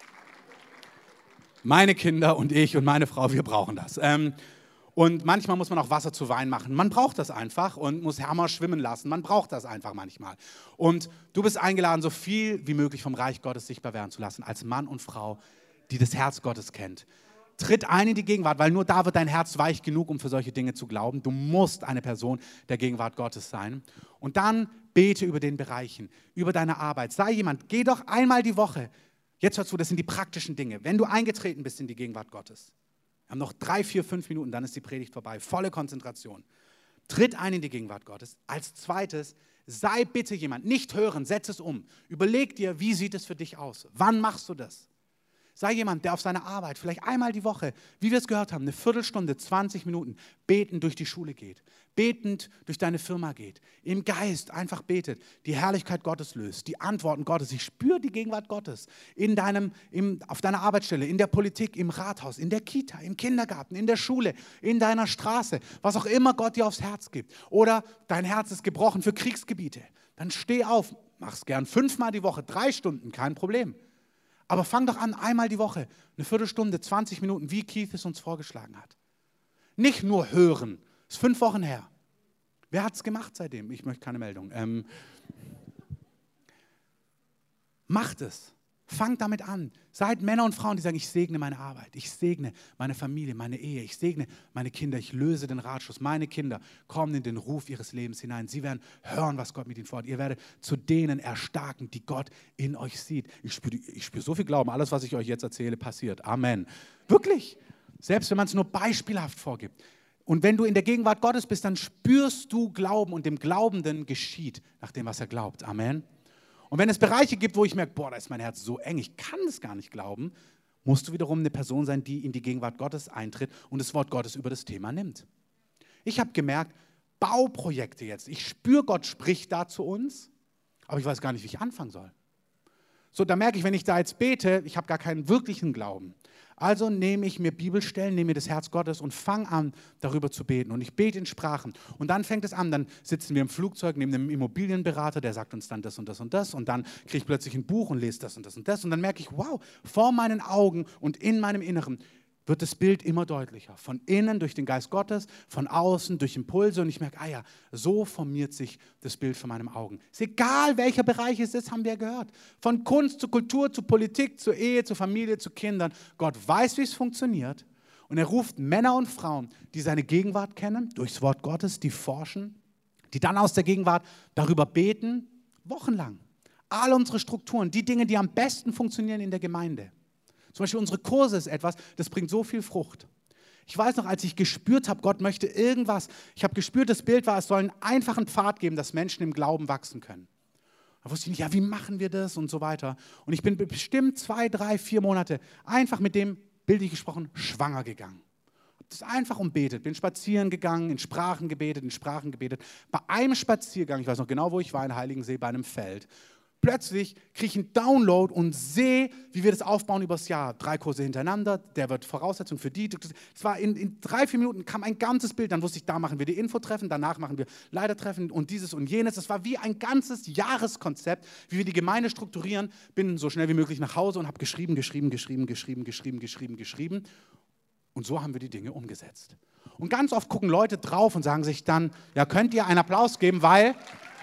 Meine Kinder und ich und meine Frau, wir brauchen das. Ähm, und manchmal muss man auch Wasser zu Wein machen. Man braucht das einfach und muss Hammer schwimmen lassen. Man braucht das einfach manchmal. Und du bist eingeladen, so viel wie möglich vom Reich Gottes sichtbar werden zu lassen, als Mann und Frau, die das Herz Gottes kennt. Tritt ein in die Gegenwart, weil nur da wird dein Herz weich genug, um für solche Dinge zu glauben. Du musst eine Person der Gegenwart Gottes sein. Und dann bete über den Bereichen, über deine Arbeit. Sei jemand, geh doch einmal die Woche. Jetzt hör zu, das sind die praktischen Dinge. Wenn du eingetreten bist in die Gegenwart Gottes, wir haben noch drei, vier, fünf Minuten, dann ist die Predigt vorbei. Volle Konzentration. Tritt ein in die Gegenwart Gottes. Als zweites, sei bitte jemand, nicht hören, setz es um. Überleg dir, wie sieht es für dich aus? Wann machst du das? Sei jemand, der auf seine Arbeit vielleicht einmal die Woche, wie wir es gehört haben, eine Viertelstunde, zwanzig Minuten betend durch die Schule geht, betend durch deine Firma geht, im Geist einfach betet, die Herrlichkeit Gottes löst, die Antworten Gottes. Ich spüre die Gegenwart Gottes in deinem, im, auf deiner Arbeitsstelle, in der Politik, im Rathaus, in der Kita, im Kindergarten, in der Schule, in deiner Straße, was auch immer Gott dir aufs Herz gibt. Oder dein Herz ist gebrochen für Kriegsgebiete. Dann steh auf, mach's gern fünfmal die Woche, drei Stunden, kein Problem. Aber fang doch an, einmal die Woche, eine Viertelstunde, zwanzig Minuten, wie Keith es uns vorgeschlagen hat. Nicht nur hören, das ist fünf Wochen her. Wer hat es gemacht seitdem? Ich möchte keine Meldung. Ähm, macht es. Fangt damit an. Seid Männer und Frauen, die sagen, ich segne meine Arbeit, ich segne meine Familie, meine Ehe, ich segne meine Kinder, ich löse den Ratschluss. Meine Kinder kommen in den Ruf ihres Lebens hinein. Sie werden hören, was Gott mit ihnen vorhat. Ihr werdet zu denen erstarken, die Gott in euch sieht. Ich spüre, ich spüre so viel Glauben. Alles, was ich euch jetzt erzähle, passiert. Amen. Wirklich. Selbst wenn man es nur beispielhaft vorgibt. Und wenn du in der Gegenwart Gottes bist, dann spürst du Glauben und dem Glaubenden geschieht nach dem, was er glaubt. Amen. Und wenn es Bereiche gibt, wo ich merke, boah, da ist mein Herz so eng, ich kann es gar nicht glauben, musst du wiederum eine Person sein, die in die Gegenwart Gottes eintritt und das Wort Gottes über das Thema nimmt. Ich habe gemerkt, Bauprojekte jetzt, ich spüre, Gott spricht da zu uns, aber ich weiß gar nicht, wie ich anfangen soll. So, da merke ich, wenn ich da jetzt bete, ich habe gar keinen wirklichen Glauben. Also nehme ich mir Bibelstellen, nehme mir das Herz Gottes und fange an, darüber zu beten. Und ich bete in Sprachen. Und dann fängt es an, dann sitzen wir im Flugzeug neben einem Immobilienberater, der sagt uns dann das und das und das. Und dann kriege ich plötzlich ein Buch und lese das und das und das. Und dann merke ich, wow, vor meinen Augen und in meinem Inneren wird das Bild immer deutlicher. Von innen durch den Geist Gottes, von außen durch Impulse. Und ich merke, ah ja, so formiert sich das Bild vor meinen Augen. Ist egal, welcher Bereich es ist, haben wir gehört. Von Kunst zu Kultur, zu Politik, zur Ehe, zur Familie, zu Kindern. Gott weiß, wie es funktioniert. Und er ruft Männer und Frauen, die seine Gegenwart kennen, durchs Wort Gottes, die forschen, die dann aus der Gegenwart darüber beten, wochenlang. All unsere Strukturen, die Dinge, die am besten funktionieren in der Gemeinde. Zum Beispiel unsere Kurse ist etwas, das bringt so viel Frucht. Ich weiß noch, als ich gespürt habe, Gott möchte irgendwas, ich habe gespürt, das Bild war, es soll einen einfachen Pfad geben, dass Menschen im Glauben wachsen können. Da wusste ich nicht, ja, wie machen wir das und so weiter. Und ich bin bestimmt zwei, drei, vier Monate einfach mit dem, bildlich gesprochen, schwanger gegangen. Habe das einfach umbetet, bin spazieren gegangen, in Sprachen gebetet, in Sprachen gebetet. Bei einem Spaziergang, ich weiß noch genau, wo ich war, in Heiligensee, bei einem Feld, plötzlich kriege ich einen Download und sehe, wie wir das aufbauen übers Jahr. Drei Kurse hintereinander, der wird Voraussetzung für die. Das war in, in drei, vier Minuten kam ein ganzes Bild. Dann wusste ich, da machen wir die Infotreffen, danach machen wir Leitertreffen und dieses und jenes. Das war wie ein ganzes Jahreskonzept, wie wir die Gemeinde strukturieren. Bin so schnell wie möglich nach Hause und habe geschrieben, geschrieben, geschrieben, geschrieben, geschrieben, geschrieben, geschrieben. Und so haben wir die Dinge umgesetzt. Und ganz oft gucken Leute drauf und sagen sich dann, ja, könnt ihr einen Applaus geben, weil...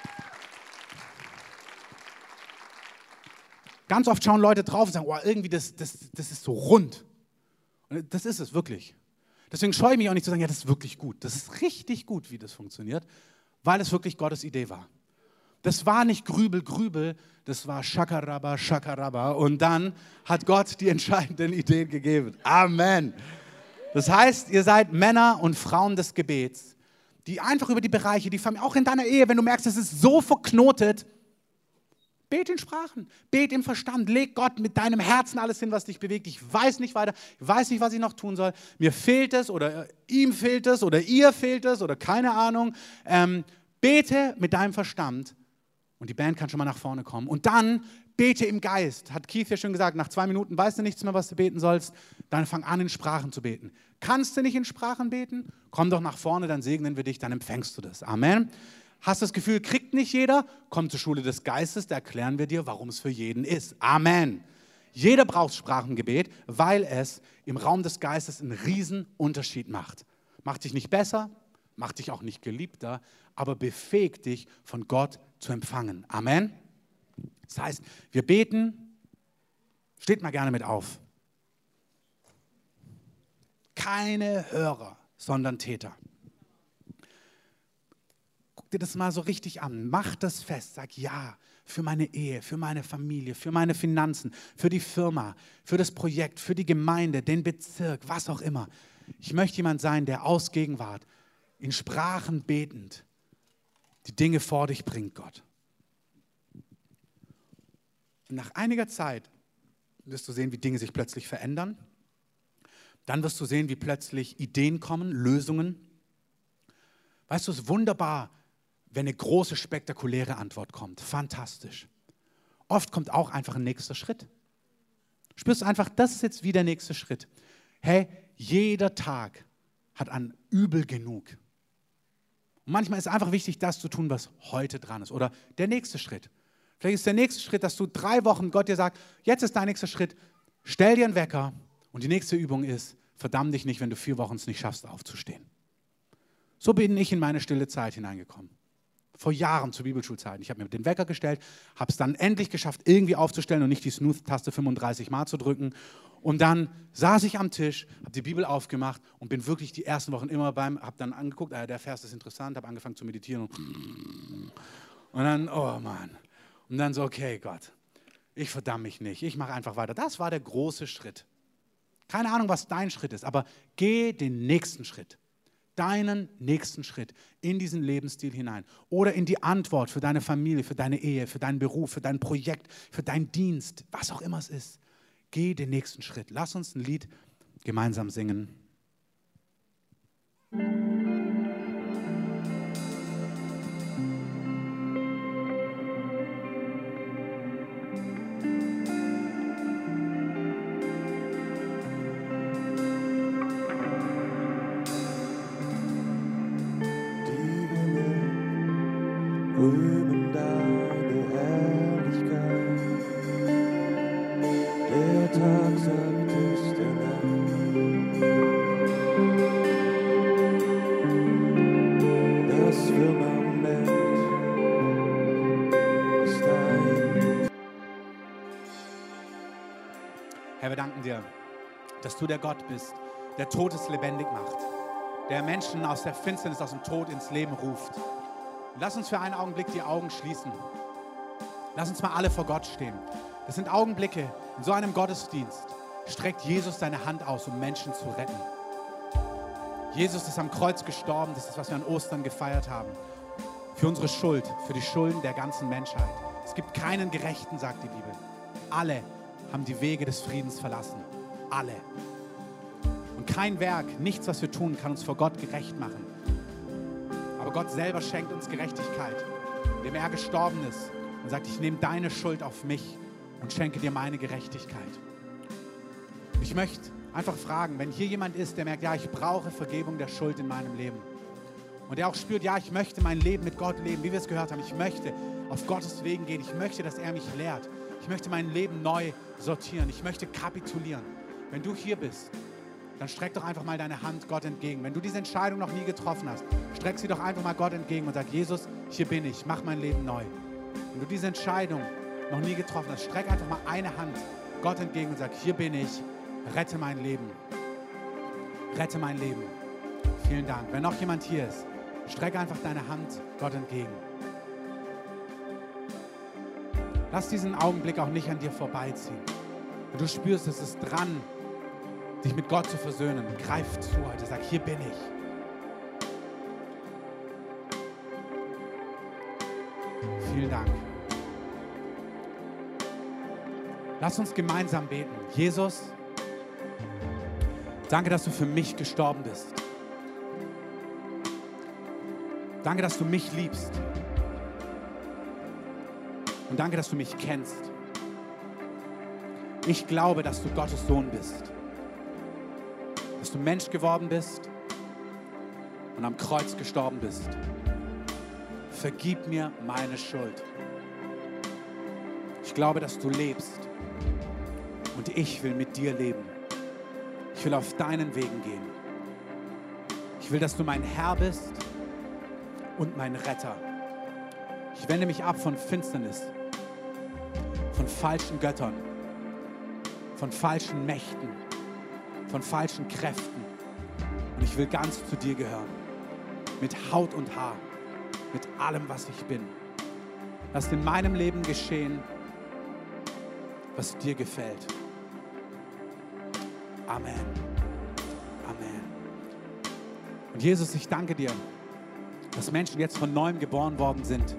Ganz oft schauen Leute drauf und sagen, oh, irgendwie das, das, das ist so rund. Und das ist es wirklich. Deswegen scheue ich mich auch nicht zu sagen, ja, das ist wirklich gut. Das ist richtig gut, wie das funktioniert, weil es wirklich Gottes Idee war. Das war nicht Grübel, Grübel, das war Schakarabba, Schakarabba. Und dann hat Gott die entscheidenden Ideen gegeben. Amen. Das heißt, ihr seid Männer und Frauen des Gebets, die einfach über die Bereiche, die Familie, auch in deiner Ehe, wenn du merkst, es ist so verknotet, bet in Sprachen, bet im Verstand, leg Gott mit deinem Herzen alles hin, was dich bewegt. Ich weiß nicht weiter, ich weiß nicht, was ich noch tun soll. Mir fehlt es oder ihm fehlt es oder ihr fehlt es oder keine Ahnung. Ähm, bete mit deinem Verstand und die Band kann schon mal nach vorne kommen. Und dann bete im Geist. Hat Keith ja schon gesagt, nach zwei Minuten weißt du nichts mehr, was du beten sollst. Dann fang an, in Sprachen zu beten. Kannst du nicht in Sprachen beten? Komm doch nach vorne, dann segnen wir dich, dann empfängst du das. Amen. Hast das Gefühl, kriegt nicht jeder? Komm zur Schule des Geistes, da erklären wir dir, warum es für jeden ist. Amen. Jeder braucht Sprachengebet, weil es im Raum des Geistes einen riesen Unterschied macht. Macht dich nicht besser, macht dich auch nicht geliebter, aber befähigt dich, von Gott zu empfangen. Amen. Das heißt, wir beten, steht mal gerne mit auf. Keine Hörer, sondern Täter. Guck dir das mal so richtig an, mach das fest, sag ja für meine Ehe, für meine Familie, für meine Finanzen, für die Firma, für das Projekt, für die Gemeinde, den Bezirk, was auch immer. Ich möchte jemand sein, der aus Gegenwart, in Sprachen betend, die Dinge vor dich bringt, Gott. Und nach einiger Zeit wirst du sehen, wie Dinge sich plötzlich verändern. Dann wirst du sehen, wie plötzlich Ideen kommen, Lösungen. Weißt du, es ist wunderbar, wenn eine große, spektakuläre Antwort kommt. Fantastisch. Oft kommt auch einfach ein nächster Schritt. Spürst du einfach, das ist jetzt wie der nächste Schritt. Hey, jeder Tag hat an Übel genug. Und manchmal ist es einfach wichtig, das zu tun, was heute dran ist. Oder der nächste Schritt. Vielleicht ist der nächste Schritt, dass du drei Wochen Gott dir sagt, jetzt ist dein nächster Schritt, stell dir einen Wecker und die nächste Übung ist, verdamm dich nicht, wenn du vier Wochen es nicht schaffst, aufzustehen. So bin ich in meine stille Zeit hineingekommen. Vor Jahren zur Bibelschulzeit. Ich habe mir den Wecker gestellt, habe es dann endlich geschafft, irgendwie aufzustellen und nicht die Snooze-Taste fünfunddreißig Mal zu drücken. Und dann saß ich am Tisch, habe die Bibel aufgemacht und bin wirklich die ersten Wochen immer beim, habe dann angeguckt, ah, der Vers ist interessant, habe angefangen zu meditieren und, und dann, oh Mann. Und dann so, okay Gott, ich verdamme mich nicht, ich mache einfach weiter. Das war der große Schritt. Keine Ahnung, was dein Schritt ist, aber geh den nächsten Schritt. Deinen nächsten Schritt in diesen Lebensstil hinein oder in die Antwort für deine Familie, für deine Ehe, für deinen Beruf, für dein Projekt, für deinen Dienst, was auch immer es ist. Geh den nächsten Schritt. Lass uns ein Lied gemeinsam singen. Rühmen deine Herrlichkeit. Der Tag sagt es der Nacht. Das Firmament ist dein. Herr, wir danken dir, dass du der Gott bist, der Totes lebendig macht, der Menschen aus der Finsternis, aus dem Tod ins Leben ruft. Lass uns für einen Augenblick die Augen schließen. Lass uns mal alle vor Gott stehen. Das sind Augenblicke. In so einem Gottesdienst streckt Jesus seine Hand aus, um Menschen zu retten. Jesus ist am Kreuz gestorben. Das ist, was wir an Ostern gefeiert haben. Für unsere Schuld, für die Schulden der ganzen Menschheit. Es gibt keinen Gerechten, sagt die Bibel. Alle haben die Wege des Friedens verlassen. Alle. Und kein Werk, nichts, was wir tun, kann uns vor Gott gerecht machen. Aber Gott selber schenkt uns Gerechtigkeit, indem er gestorben ist und sagt, ich nehme deine Schuld auf mich und schenke dir meine Gerechtigkeit. Ich möchte einfach fragen, wenn hier jemand ist, der merkt, ja, ich brauche Vergebung der Schuld in meinem Leben. Und der auch spürt, ja, ich möchte mein Leben mit Gott leben, wie wir es gehört haben. Ich möchte auf Gottes Wegen gehen. Ich möchte, dass er mich lehrt. Ich möchte mein Leben neu sortieren. Ich möchte kapitulieren. Wenn du hier bist, dann streck doch einfach mal deine Hand Gott entgegen. Wenn du diese Entscheidung noch nie getroffen hast, streck sie doch einfach mal Gott entgegen und sag, Jesus, hier bin ich, mach mein Leben neu. Wenn du diese Entscheidung noch nie getroffen hast, streck einfach mal eine Hand Gott entgegen und sag, hier bin ich, rette mein Leben. Rette mein Leben. Vielen Dank. Wenn noch jemand hier ist, streck einfach deine Hand Gott entgegen. Lass diesen Augenblick auch nicht an dir vorbeiziehen. Wenn du spürst, es ist dran, dich mit Gott zu versöhnen, greif zu heute, sag, hier bin ich. Vielen Dank. Lass uns gemeinsam beten. Jesus, danke, dass du für mich gestorben bist. Danke, dass du mich liebst. Und danke, dass du mich kennst. Ich glaube, dass du Gottes Sohn bist. Dass du Mensch geworden bist und am Kreuz gestorben bist. Vergib mir meine Schuld. Ich glaube, dass du lebst und ich will mit dir leben. Ich will auf deinen Wegen gehen. Ich will, dass du mein Herr bist und mein Retter. Ich wende mich ab von Finsternis, von falschen Göttern, von falschen Mächten, von falschen Kräften. Und ich will ganz zu dir gehören, mit Haut und Haar, mit allem, was ich bin. Lass in meinem Leben geschehen, was dir gefällt. Amen. Amen. Und Jesus, ich danke dir, dass Menschen jetzt von Neuem geboren worden sind.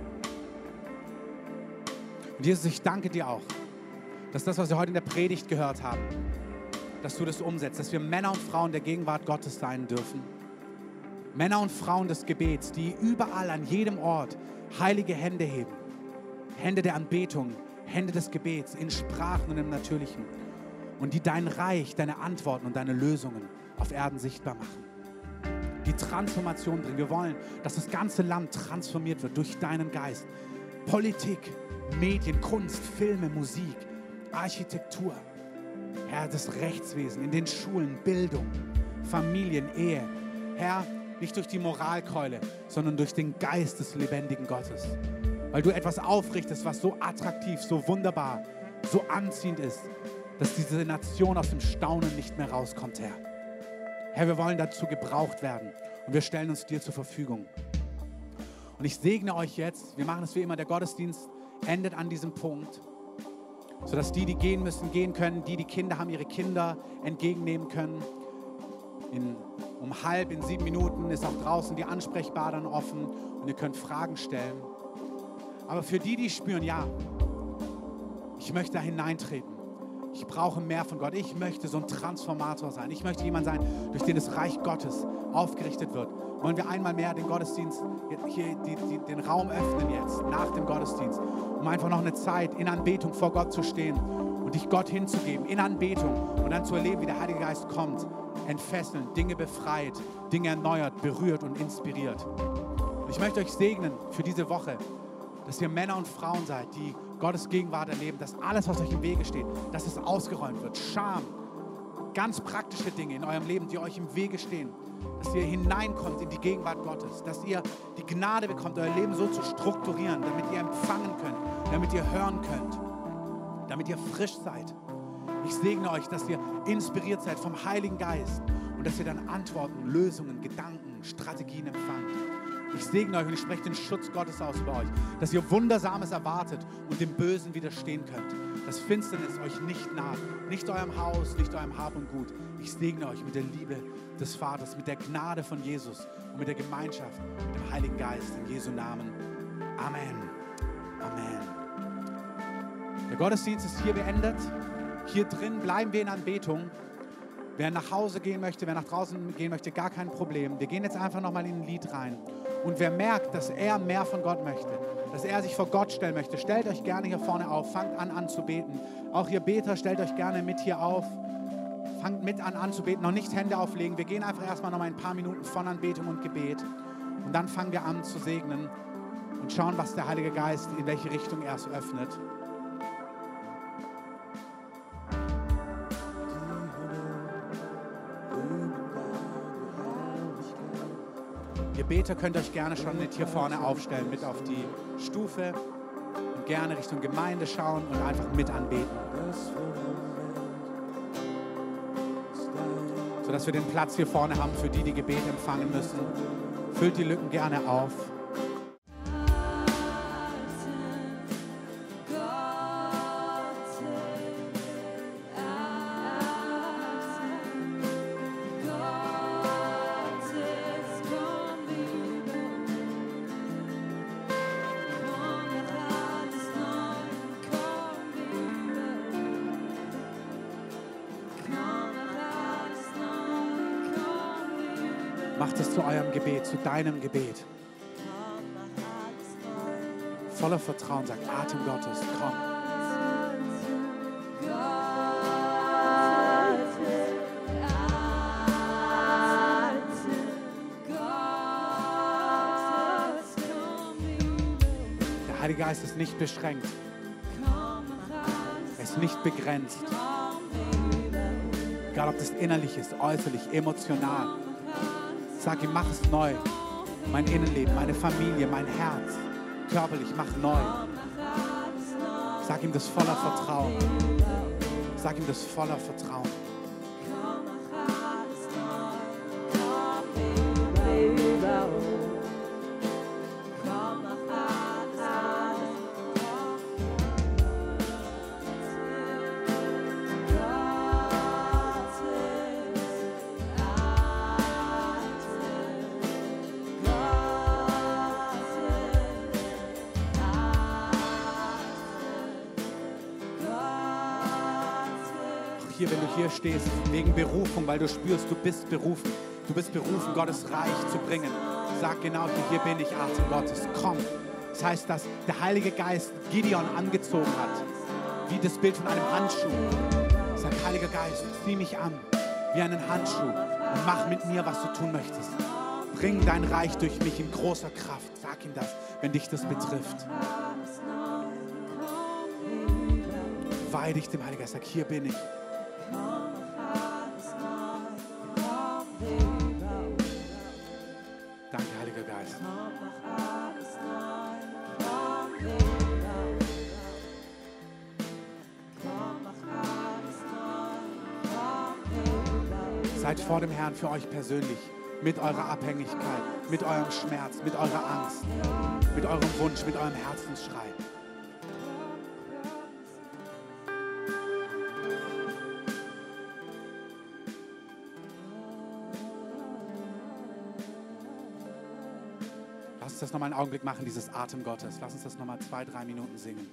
Und Jesus, ich danke dir auch, dass das, was wir heute in der Predigt gehört haben, dass du das umsetzt, dass wir Männer und Frauen der Gegenwart Gottes sein dürfen. Männer und Frauen des Gebets, die überall an jedem Ort heilige Hände heben. Hände der Anbetung, Hände des Gebets in Sprachen und im Natürlichen. Und die dein Reich, deine Antworten und deine Lösungen auf Erden sichtbar machen. Die Transformation bringen. Wir wollen, dass das ganze Land transformiert wird durch deinen Geist. Politik, Medien, Kunst, Filme, Musik, Architektur. Herr, das Rechtswesen, in den Schulen, Bildung, Familien, Ehe. Herr, nicht durch die Moralkeule, sondern durch den Geist des lebendigen Gottes. Weil du etwas aufrichtest, was so attraktiv, so wunderbar, so anziehend ist, dass diese Nation aus dem Staunen nicht mehr rauskommt, Herr. Herr, wir wollen dazu gebraucht werden und wir stellen uns dir zur Verfügung. Und ich segne euch jetzt, wir machen es wie immer, der Gottesdienst endet an diesem Punkt, sodass die, die gehen müssen, gehen können, die, die Kinder haben, ihre Kinder entgegennehmen können. In, um halb, in sieben Minuten ist auch draußen die Ansprechbar dann offen und ihr könnt Fragen stellen. Aber für die, die spüren, ja, ich möchte da hineintreten. Ich brauche mehr von Gott. Ich möchte so ein Transformator sein. Ich möchte jemand sein, durch den das Reich Gottes aufgerichtet wird. Wollen wir einmal mehr den Gottesdienst, hier die, die, den Raum öffnen jetzt, nach dem Gottesdienst, um einfach noch eine Zeit in Anbetung vor Gott zu stehen und dich Gott hinzugeben, in Anbetung und dann zu erleben, wie der Heilige Geist kommt, entfesselnd, Dinge befreit, Dinge erneuert, berührt und inspiriert. Und ich möchte euch segnen für diese Woche, dass ihr Männer und Frauen seid, die Gottes Gegenwart erleben, dass alles, was euch im Wege steht, dass es ausgeräumt wird. Scham, ganz praktische Dinge in eurem Leben, die euch im Wege stehen, dass ihr hineinkommt in die Gegenwart Gottes, dass ihr die Gnade bekommt, euer Leben so zu strukturieren, damit ihr empfangen könnt, damit ihr hören könnt, damit ihr frisch seid. Ich segne euch, dass ihr inspiriert seid vom Heiligen Geist und dass ihr dann Antworten, Lösungen, Gedanken, Strategien empfangt. Ich segne euch und ich spreche den Schutz Gottes aus über euch, dass ihr Wundersames erwartet und dem Bösen widerstehen könnt. Dass Finsternis euch nicht naht, nicht eurem Haus, nicht eurem Hab und Gut. Ich segne euch mit der Liebe des Vaters, mit der Gnade von Jesus und mit der Gemeinschaft, mit dem Heiligen Geist in Jesu Namen. Amen. Amen. Der Gottesdienst ist hier beendet. Hier drin bleiben wir in Anbetung. Wer nach Hause gehen möchte, wer nach draußen gehen möchte, gar kein Problem. Wir gehen jetzt einfach nochmal in ein Lied rein. Und wer merkt, dass er mehr von Gott möchte, dass er sich vor Gott stellen möchte, stellt euch gerne hier vorne auf, fangt an anzubeten. Auch ihr Beter, stellt euch gerne mit hier auf, fangt mit an anzubeten, noch nicht Hände auflegen. Wir gehen einfach erstmal noch mal ein paar Minuten von Anbetung und Gebet und dann fangen wir an zu segnen und schauen, was der Heilige Geist, in welche Richtung er es öffnet. Ihr Beter könnt euch gerne schon mit hier vorne aufstellen, mit auf die Stufe und gerne Richtung Gemeinde schauen und einfach mit anbeten. Sodass wir den Platz hier vorne haben für die, die Gebet empfangen müssen. Füllt die Lücken gerne auf. Macht es zu eurem Gebet, zu deinem Gebet. Voller Vertrauen sagt, Atem Gottes, komm. Der Heilige Geist ist nicht beschränkt. Er ist nicht begrenzt. Egal, ob das innerlich ist, äußerlich, emotional. Sag ihm, mach es neu. Mein Innenleben, meine Familie, mein Herz. Körperlich, mach neu. Sag ihm das voller Vertrauen. Sag ihm das voller Vertrauen. Hier, wenn du hier stehst, wegen Berufung, weil du spürst, du bist berufen. Du bist berufen, Gottes Reich zu bringen. Sag genau, hier bin ich, Atem Gottes, komm. Das heißt, dass der Heilige Geist Gideon angezogen hat, wie das Bild von einem Handschuh. Sag, Heiliger Geist, zieh mich an, wie einen Handschuh und mach mit mir, was du tun möchtest. Bring dein Reich durch mich in großer Kraft. Sag ihm das, wenn dich das betrifft. Weihe dich dem Heiligen Geist, sag, hier bin ich. Danke, Heiliger Geist. Seid vor dem Herrn für euch persönlich, mit eurer Abhängigkeit, mit eurem Schmerz, mit eurer Angst, mit eurem Wunsch, mit eurem Herzensschrei. Lass uns das nochmal einen Augenblick machen, dieses Atem Gottes. Lass uns das nochmal zwei, drei Minuten singen.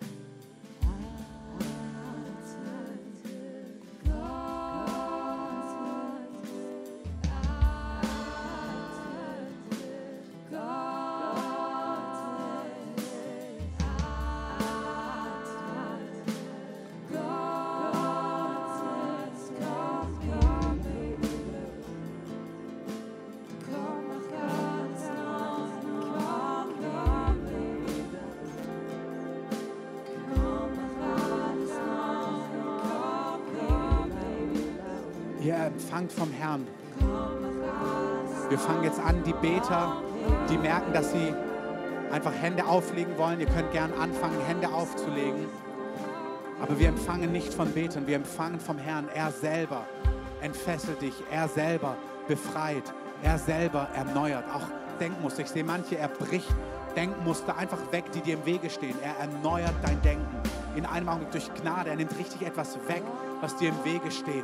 Ihr empfangt vom Herrn. Wir fangen jetzt an, die Beter, die merken, dass sie einfach Hände auflegen wollen. Ihr könnt gern anfangen, Hände aufzulegen. Aber wir empfangen nicht von Betern, wir empfangen vom Herrn. Er selber entfesselt dich, er selber befreit, er selber erneuert. Auch Denkmuster. Ich sehe manche, er bricht Denkmuster einfach weg, die dir im Wege stehen. Er erneuert dein Denken in einem Augenblick durch Gnade. Er nimmt richtig etwas weg, was dir im Wege steht.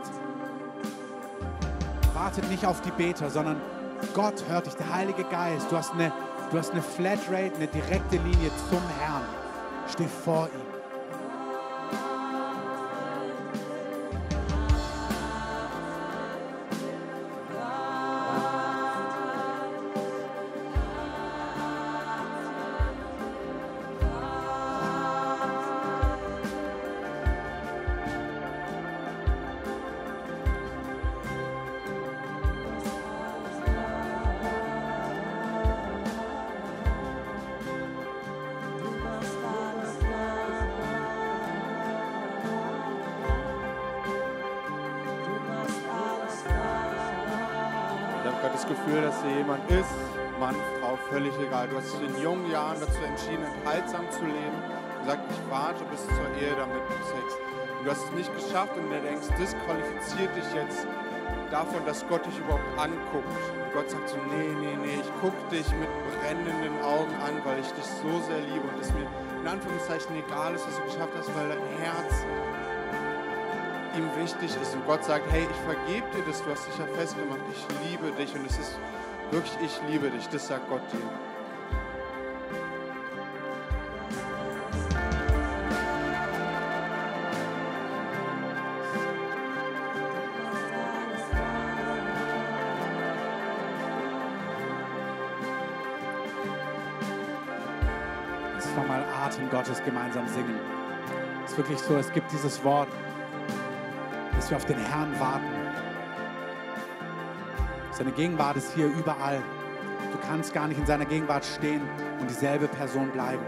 Wartet nicht auf die Beter, sondern Gott hört dich, der Heilige Geist. Du hast eine, du hast eine Flatrate, eine direkte Linie zum Herrn. Steh vor ihm. Gefühl, dass hier jemand ist, Mann, Frau, völlig egal. Du hast dich in jungen Jahren dazu entschieden, enthaltsam zu leben und sagst, ich warte bis zur Ehe, damit du Sex. Und du hast es nicht geschafft und du denkst, das qualifiziert dich jetzt davon, dass Gott dich überhaupt anguckt. Und Gott sagt so, nee, nee, nee, ich gucke dich mit brennenden Augen an, weil ich dich so sehr liebe und es mir in Anführungszeichen egal ist, was du geschafft hast, weil dein Herz ihm wichtig ist und Gott sagt, hey, ich vergebe dir das, du hast dich ja festgemacht, ich liebe dich und es ist wirklich, ich liebe dich, das sagt Gott dir. Lass uns nochmal Atem Gottes gemeinsam singen. Es ist wirklich so, es gibt dieses Wort, dass wir auf den Herrn warten. Seine Gegenwart ist hier überall. Du kannst gar nicht in seiner Gegenwart stehen und dieselbe Person bleiben.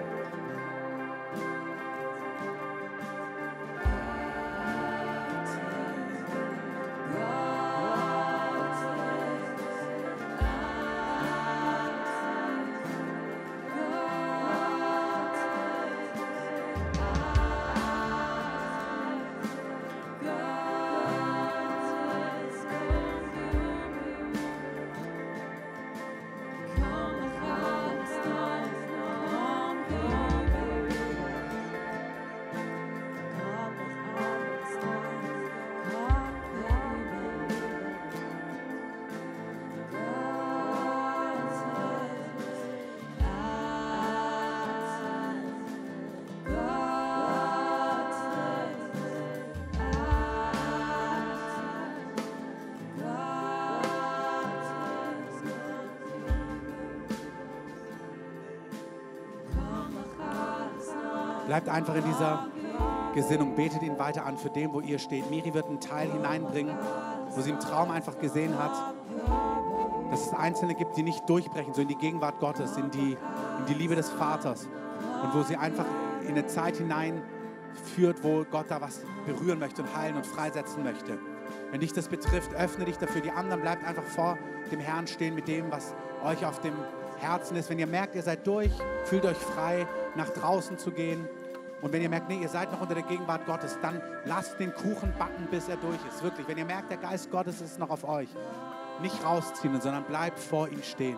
Bleibt einfach in dieser Gesinnung, betet ihn weiter an für den, wo ihr steht. Miri wird einen Teil hineinbringen, wo sie im Traum einfach gesehen hat, dass es Einzelne gibt, die nicht durchbrechen, so in die Gegenwart Gottes, in die, in die Liebe des Vaters. Und wo sie einfach in eine Zeit hineinführt, wo Gott da was berühren möchte und heilen und freisetzen möchte. Wenn dich das betrifft, öffne dich dafür. Die anderen bleibt einfach vor dem Herrn stehen mit dem, was euch auf dem Herzen ist. Wenn ihr merkt, ihr seid durch, fühlt euch frei, nach draußen zu gehen. Und wenn ihr merkt, nee, ihr seid noch unter der Gegenwart Gottes, dann lasst den Kuchen backen, bis er durch ist. Wirklich, wenn ihr merkt, der Geist Gottes ist noch auf euch, nicht rausziehen, sondern bleibt vor ihm stehen.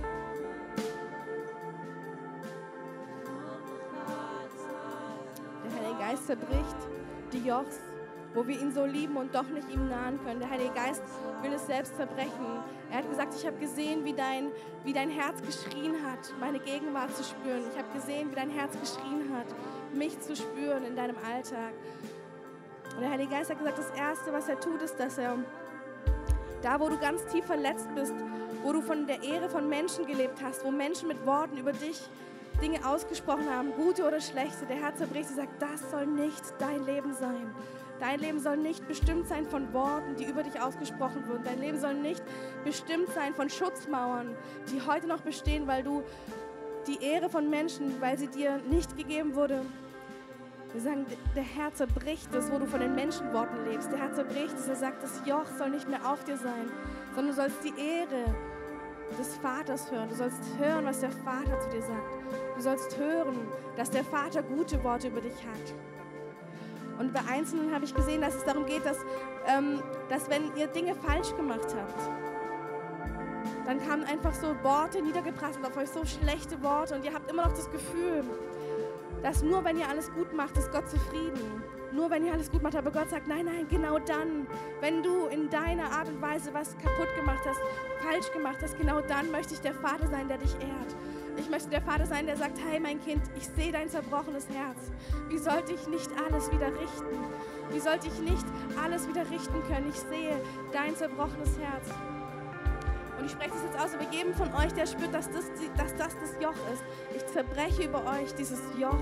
Der Heilige Geist zerbricht die Jochs, wo wir ihn so lieben und doch nicht ihm nahen können. Der Heilige Geist will es selbst zerbrechen. Er hat gesagt, ich habe gesehen, wie dein, wie dein Herz geschrien hat, meine Gegenwart zu spüren. Ich habe gesehen, wie dein Herz geschrien hat, mich zu spüren in deinem Alltag. Und der Heilige Geist hat gesagt, das Erste, was er tut, ist, dass er da, wo du ganz tief verletzt bist, wo du von der Ehre von Menschen gelebt hast, wo Menschen mit Worten über dich Dinge ausgesprochen haben, gute oder schlechte, der Herr zerbricht und sagt, das soll nicht dein Leben sein. Dein Leben soll nicht bestimmt sein von Worten, die über dich ausgesprochen wurden. Dein Leben soll nicht bestimmt sein von Schutzmauern, die heute noch bestehen, weil du die Ehre von Menschen, weil sie dir nicht gegeben wurde. Wir sagen, der Herr zerbricht es, wo du von den Menschenworten lebst. Der Herr zerbricht es, er sagt, das Joch soll nicht mehr auf dir sein, sondern du sollst die Ehre des Vaters hören. Du sollst hören, was der Vater zu dir sagt. Du sollst hören, dass der Vater gute Worte über dich hat. Und bei Einzelnen habe ich gesehen, dass es darum geht, dass, ähm, dass wenn ihr Dinge falsch gemacht habt, dann kamen einfach so Worte niedergeprasselt auf euch, so schlechte Worte. Und ihr habt immer noch das Gefühl, dass nur wenn ihr alles gut macht, ist Gott zufrieden. Nur wenn ihr alles gut macht, aber Gott sagt, nein, nein, genau dann, wenn du in deiner Art und Weise was kaputt gemacht hast, falsch gemacht hast, genau dann möchte ich der Vater sein, der dich ehrt. Ich möchte der Vater sein, der sagt, hey mein Kind, ich sehe dein zerbrochenes Herz. Wie sollte ich nicht alles wieder richten? Wie sollte ich nicht alles wieder richten können? Ich sehe dein zerbrochenes Herz. Und ich spreche das jetzt aus, über jedem von euch, der spürt, dass das, dass das das Joch ist. Ich zerbreche über euch dieses Joch,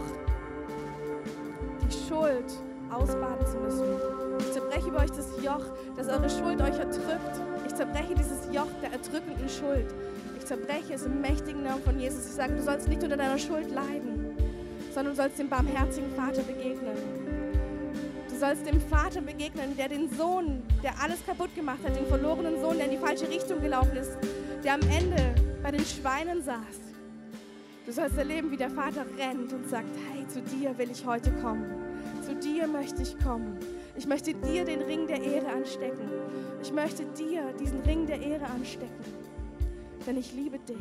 die Schuld ausbaden zu müssen. Ich zerbreche über euch das Joch, dass eure Schuld euch erdrückt. Ich zerbreche dieses Joch der erdrückenden Schuld. Ich zerbreche es im mächtigen Namen von Jesus. Ich sage, du sollst nicht unter deiner Schuld leiden, sondern du sollst dem barmherzigen Vater begegnen. Du sollst dem Vater begegnen, der den Sohn, der alles kaputt gemacht hat, den verlorenen Sohn, der in die falsche Richtung gelaufen ist, der am Ende bei den Schweinen saß. Du sollst erleben, wie der Vater rennt und sagt, hey, zu dir will ich heute kommen. Zu dir möchte ich kommen. Ich möchte dir den Ring der Ehre anstecken. Ich möchte dir diesen Ring der Ehre anstecken. Denn ich liebe dich.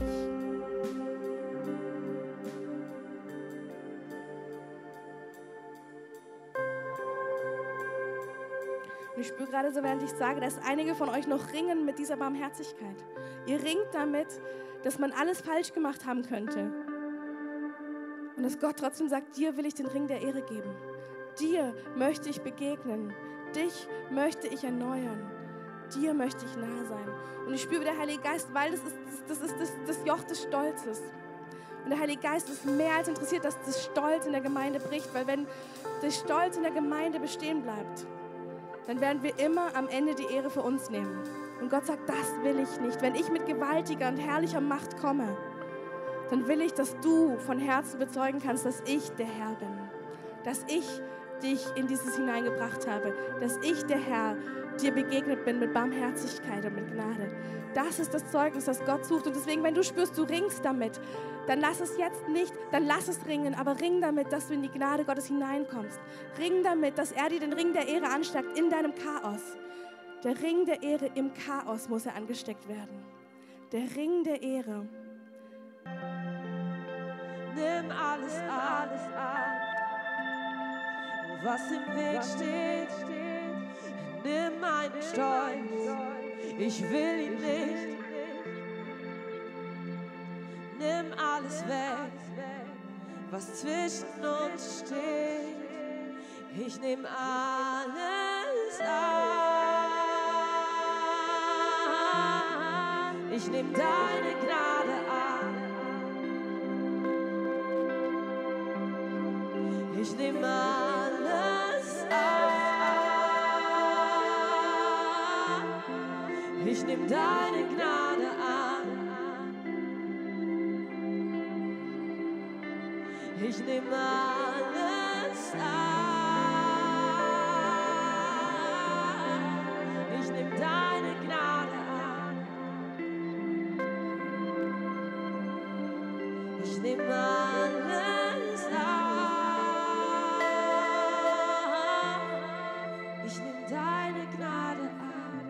Und ich spüre gerade so, während ich sage, dass einige von euch noch ringen mit dieser Barmherzigkeit. Ihr ringt damit, dass man alles falsch gemacht haben könnte. Und dass Gott trotzdem sagt, dir will ich den Ring der Ehre geben. Dir möchte ich begegnen. Dich möchte ich erneuern. Dir möchte ich nah sein. Und ich spüre, wie der Heilige Geist, weil das ist das, ist das, das Joch des Stolzes. Und der Heilige Geist ist mehr als interessiert, dass das Stolz in der Gemeinde bricht. Weil wenn der Stolz in der Gemeinde bestehen bleibt, dann werden wir immer am Ende die Ehre für uns nehmen. Und Gott sagt, das will ich nicht. Wenn ich mit gewaltiger und herrlicher Macht komme, dann will ich, dass du von Herzen bezeugen kannst, dass ich der Herr bin. Dass ich dich in dieses hineingebracht habe. Dass ich, der Herr, dir begegnet bin mit Barmherzigkeit und mit Gnade. Das ist das Zeugnis, das Gott sucht. Und deswegen, wenn du spürst, du ringst damit, dann lass es jetzt nicht, dann lass es ringen, aber ring damit, dass du in die Gnade Gottes hineinkommst. Ring damit, dass er dir den Ring der Ehre ansteckt in deinem Chaos. Der Ring der Ehre im Chaos muss er angesteckt werden. Der Ring der Ehre. Nimm alles an, alles an, was im Weg steht. Nimm meinen Stolz, ich will ihn nicht. Nimm alles weg, was zwischen uns steht. Ich nehm alles an. Ich nehm deine Gnade an. Ich nehm alles an. Ich nehm deine Gnade an. Ich nehm alles an. Ich nehm deine Gnade an. Ich nehm alles an. Ich nehm deine Gnade an.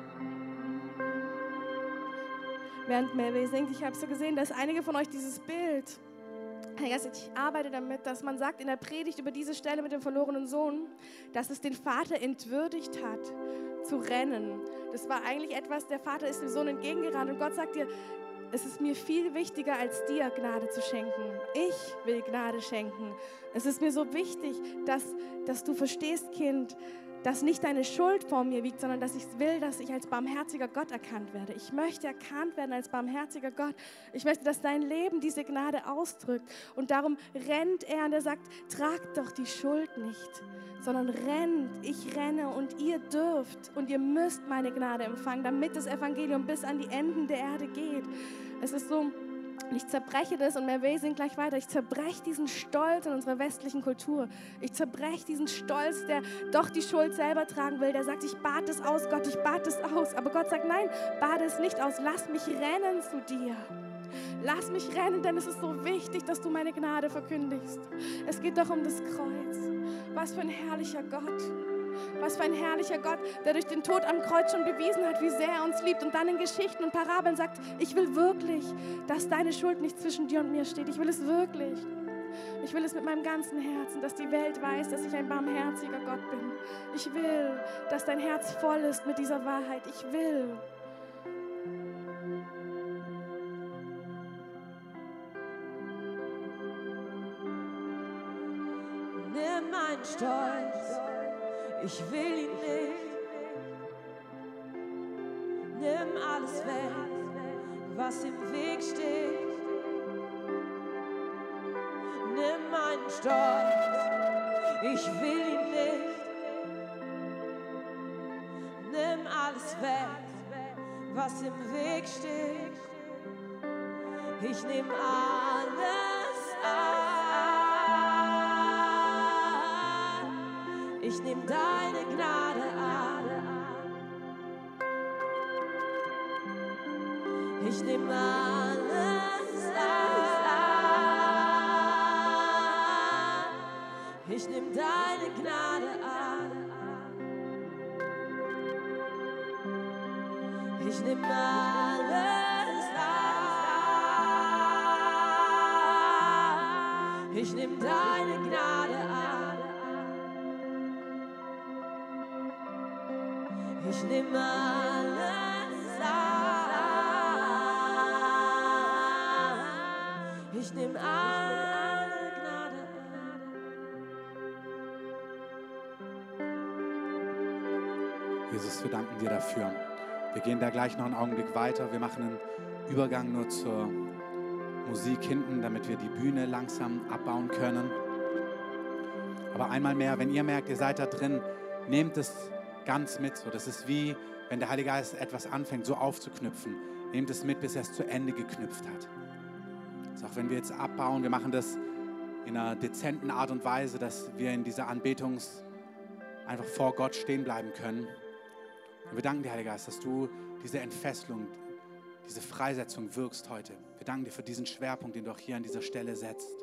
Während Melvin singt, ich habe so gesehen, dass einige von euch dieses Bild, ich arbeite damit, dass man sagt in der Predigt über diese Stelle mit dem verlorenen Sohn, dass es den Vater entwürdigt hat, zu rennen. Das war eigentlich etwas, der Vater ist dem Sohn entgegengerannt und Gott sagt dir, es ist mir viel wichtiger, als dir Gnade zu schenken. Ich will Gnade schenken. Es ist mir so wichtig, dass, dass du verstehst, Kind, dass nicht deine Schuld vor mir wiegt, sondern dass ich will, dass ich als barmherziger Gott erkannt werde. Ich möchte erkannt werden als barmherziger Gott. Ich möchte, dass dein Leben diese Gnade ausdrückt. Und darum rennt er und er sagt, tragt doch die Schuld nicht, sondern rennt. Ich renne und ihr dürft und ihr müsst meine Gnade empfangen, damit das Evangelium bis an die Enden der Erde geht. Es ist so... Ich zerbreche das und Merve singt gleich weiter. Ich zerbreche diesen Stolz in unserer westlichen Kultur. Ich zerbreche diesen Stolz, der doch die Schuld selber tragen will. Der sagt, ich bade es aus, Gott, ich bade es aus. Aber Gott sagt, nein, bade es nicht aus. Lass mich rennen zu dir. Lass mich rennen, denn es ist so wichtig, dass du meine Gnade verkündigst. Es geht doch um das Kreuz. Was für ein herrlicher Gott. Was für ein herrlicher Gott, der durch den Tod am Kreuz schon bewiesen hat, wie sehr er uns liebt und dann in Geschichten und Parabeln sagt, ich will wirklich, dass deine Schuld nicht zwischen dir und mir steht. Ich will es wirklich. Ich will es mit meinem ganzen Herzen, dass die Welt weiß, dass ich ein barmherziger Gott bin. Ich will, dass dein Herz voll ist mit dieser Wahrheit. Ich will. Nimm meinen Stolz, ich will ihn nicht. Nimm alles weg, was im Weg steht. Nimm meinen Stolz, ich will ihn nicht. Nimm alles weg, was im Weg steht. Ich nehm alles an. Ich nehm deine Gnade an. Ich nehm alles an. Ich nehm deine Gnade an. Ich nehm alles an. Ich nehm deine Gnade an. Ich nehm alles an. Ich nehm alle Gnade an. Jesus, wir danken dir dafür. Wir gehen da gleich noch einen Augenblick weiter. Wir machen einen Übergang nur zur Musik hinten, damit wir die Bühne langsam abbauen können. Aber einmal mehr, wenn ihr merkt, ihr seid da drin, nehmt es ganz mit. So, das ist wie, wenn der Heilige Geist etwas anfängt, so aufzuknüpfen. Nehmt es mit, bis er es zu Ende geknüpft hat. Also auch wenn wir jetzt abbauen, wir machen das in einer dezenten Art und Weise, dass wir in dieser Anbetungs einfach vor Gott stehen bleiben können. Und wir danken dir, Heiliger Geist, dass du diese Entfesselung, diese Freisetzung wirkst heute. Wir danken dir für diesen Schwerpunkt, den du auch hier an dieser Stelle setzt.